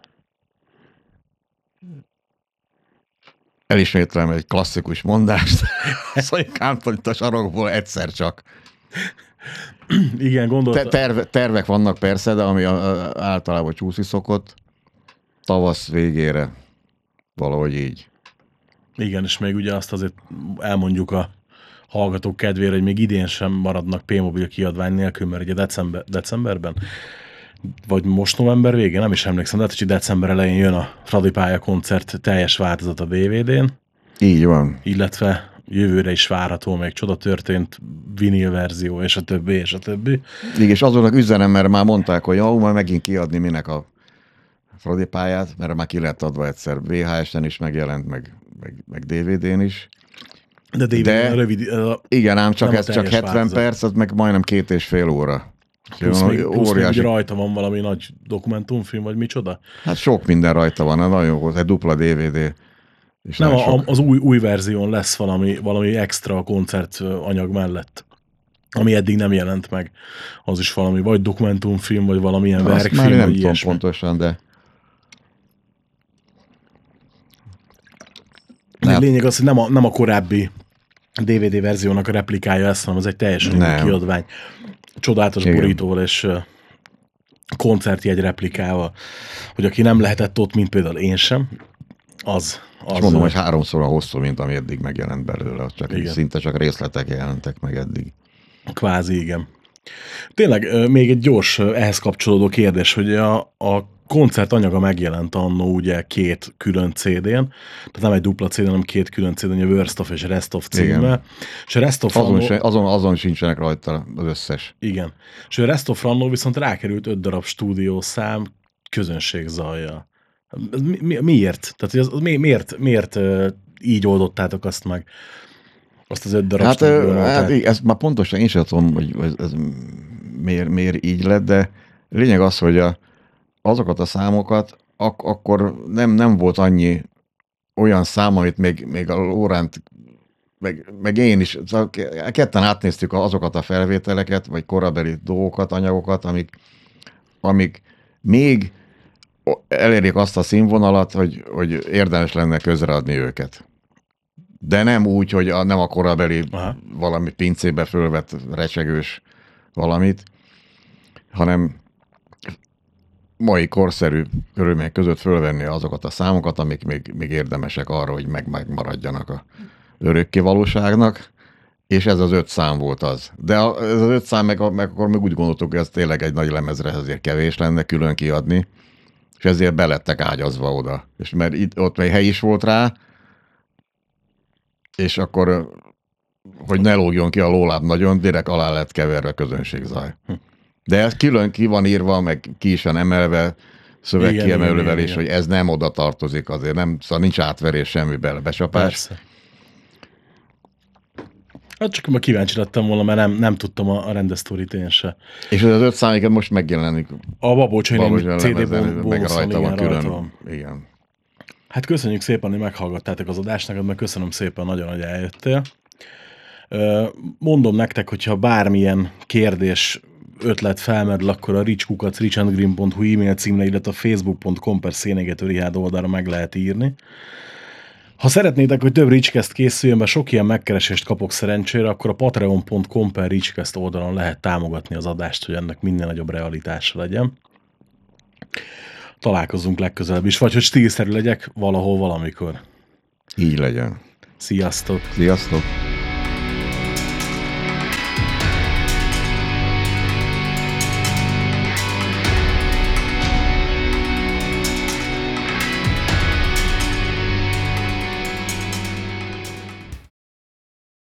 Elismétlem egy klasszikus mondást. Szóval itt a sarokból egyszer csak. Igen, gondoltam. Tervek vannak persze, de ami általában csúszni szokott, tavasz végére. Valahogy így. Igen, és még ugye azt azért elmondjuk a hallgatók kedvére, hogy még idén sem maradnak P-mobil kiadvány nélkül, mert ugye decemberben, vagy most november végén, nem is emlékszem, de hát, hogy december elején jön a Fradi Pálya koncert teljes változat a DVD-n. Így van. Illetve jövőre is várható még csoda történt vinil verzió, és a többi, és a többi. Igen, és azonnak üzenem, mert már mondták, hogy már megint kiadni minek a Fradi Pályát, mert már ki lett adva egyszer VHS-en is megjelent, meg DVD-n is. De DVD rövid... igen, ám csak ez csak 70 változat. perc, az meg majdnem 2,5 óra. Plusz még rajta van valami nagy dokumentumfilm, vagy micsoda? Hát sok minden rajta van, nagyon volt, egy dupla DVD. És nem, az új verzión lesz valami extra koncertanyag mellett, ami eddig nem jelent meg. Az is valami, vagy dokumentumfilm, vagy valamilyen verkfilm, már nem vagy tudom ilyesmi. pontosan, de... A lényeg az, hogy nem a korábbi DVD verziónak a replikája ezt, hanem az egy teljesen új kiadvány. Csodálatos borítóval és koncertjegy replikával, hogy aki nem lehetett ott, mint például én sem, az mondom, hogy 3-szor a hosszú, mint ami eddig megjelent belőle, szinte csak részletek jelentek meg eddig. Kvázi, igen. Tényleg még egy gyors ehhez kapcsolódó kérdés, hogy a koncert anyaga megjelent annó ugye 2 külön CD-n, tehát nem egy dupla CD-n, hanem 2 külön CD-n, a Worst of és Rest of címmel. És a Rest of azon sincsenek rajta az összes. Igen. És a Rest of annó viszont rákerült 5 darab stúdiószám közönségzajjal. Miért? Tehát miért így oldottátok azt meg? Azt az 5 darab hát ezt már pontosan én sem tudom, hogy ez miért így lett, de lényeg az, hogy azokat a számokat akkor nem volt annyi olyan szám, amit még a Lóránt, meg én is, szóval ketten átnéztük azokat a felvételeket, vagy korabeli dolgokat, anyagokat, amik még elérik azt a színvonalat, hogy érdemes lenne közreadni őket. De nem úgy, hogy nem a korabeli valami pincébe fölvett recsegős valamit, hanem mai korszerű körülmények között fölvenni azokat a számokat, amik még érdemesek arra, hogy megmaradjanak a örökké valóságnak, és ez az 5 szám volt az. De ez az 5 szám, meg akkor még úgy gondoltuk, hogy ez tényleg egy nagy lemezre azért kevés lenne külön kiadni, és ezért belettek ágyazva oda. És mert ott még hely is volt rá, és akkor, hogy ne lógjon ki a lóláb nagyon, direkt alá lett keverve a közönségzaj. De ez külön ki van írva, meg ki is van emelve, szövegkiemelővel is, hogy ez nem oda tartozik azért, szóval nincs átverés, semmi becsapás. Persze. Hát csak már kíváncsi lettem volna, mert nem tudtam a rendeztórít én se. És az 5 számiket most megjelenik. A Babócsai CD-bon meg rajta van külön. Van. Igen. Hát köszönjük szépen, hogy meghallgattátok az adást neked, meg köszönöm szépen nagyon, hogy eljöttél. Mondom nektek, hogyha bármilyen kérdés, ötlet felmerül, akkor a richandgreen.hu e-mail címre, illetve a facebook.com/Szénégető Richárd oldalra meg lehet írni. Ha szeretnétek, hogy több Richcast készüljön, mert sok ilyen megkeresést kapok szerencsére, akkor a patreon.com/Richcast oldalon lehet támogatni az adást, hogy ennek minél nagyobb realitása legyen. találkozunk legközelebb is, vagy hogy stílszerű legyek valahol, valamikor. Így legyen. Sziasztok! Sziasztok!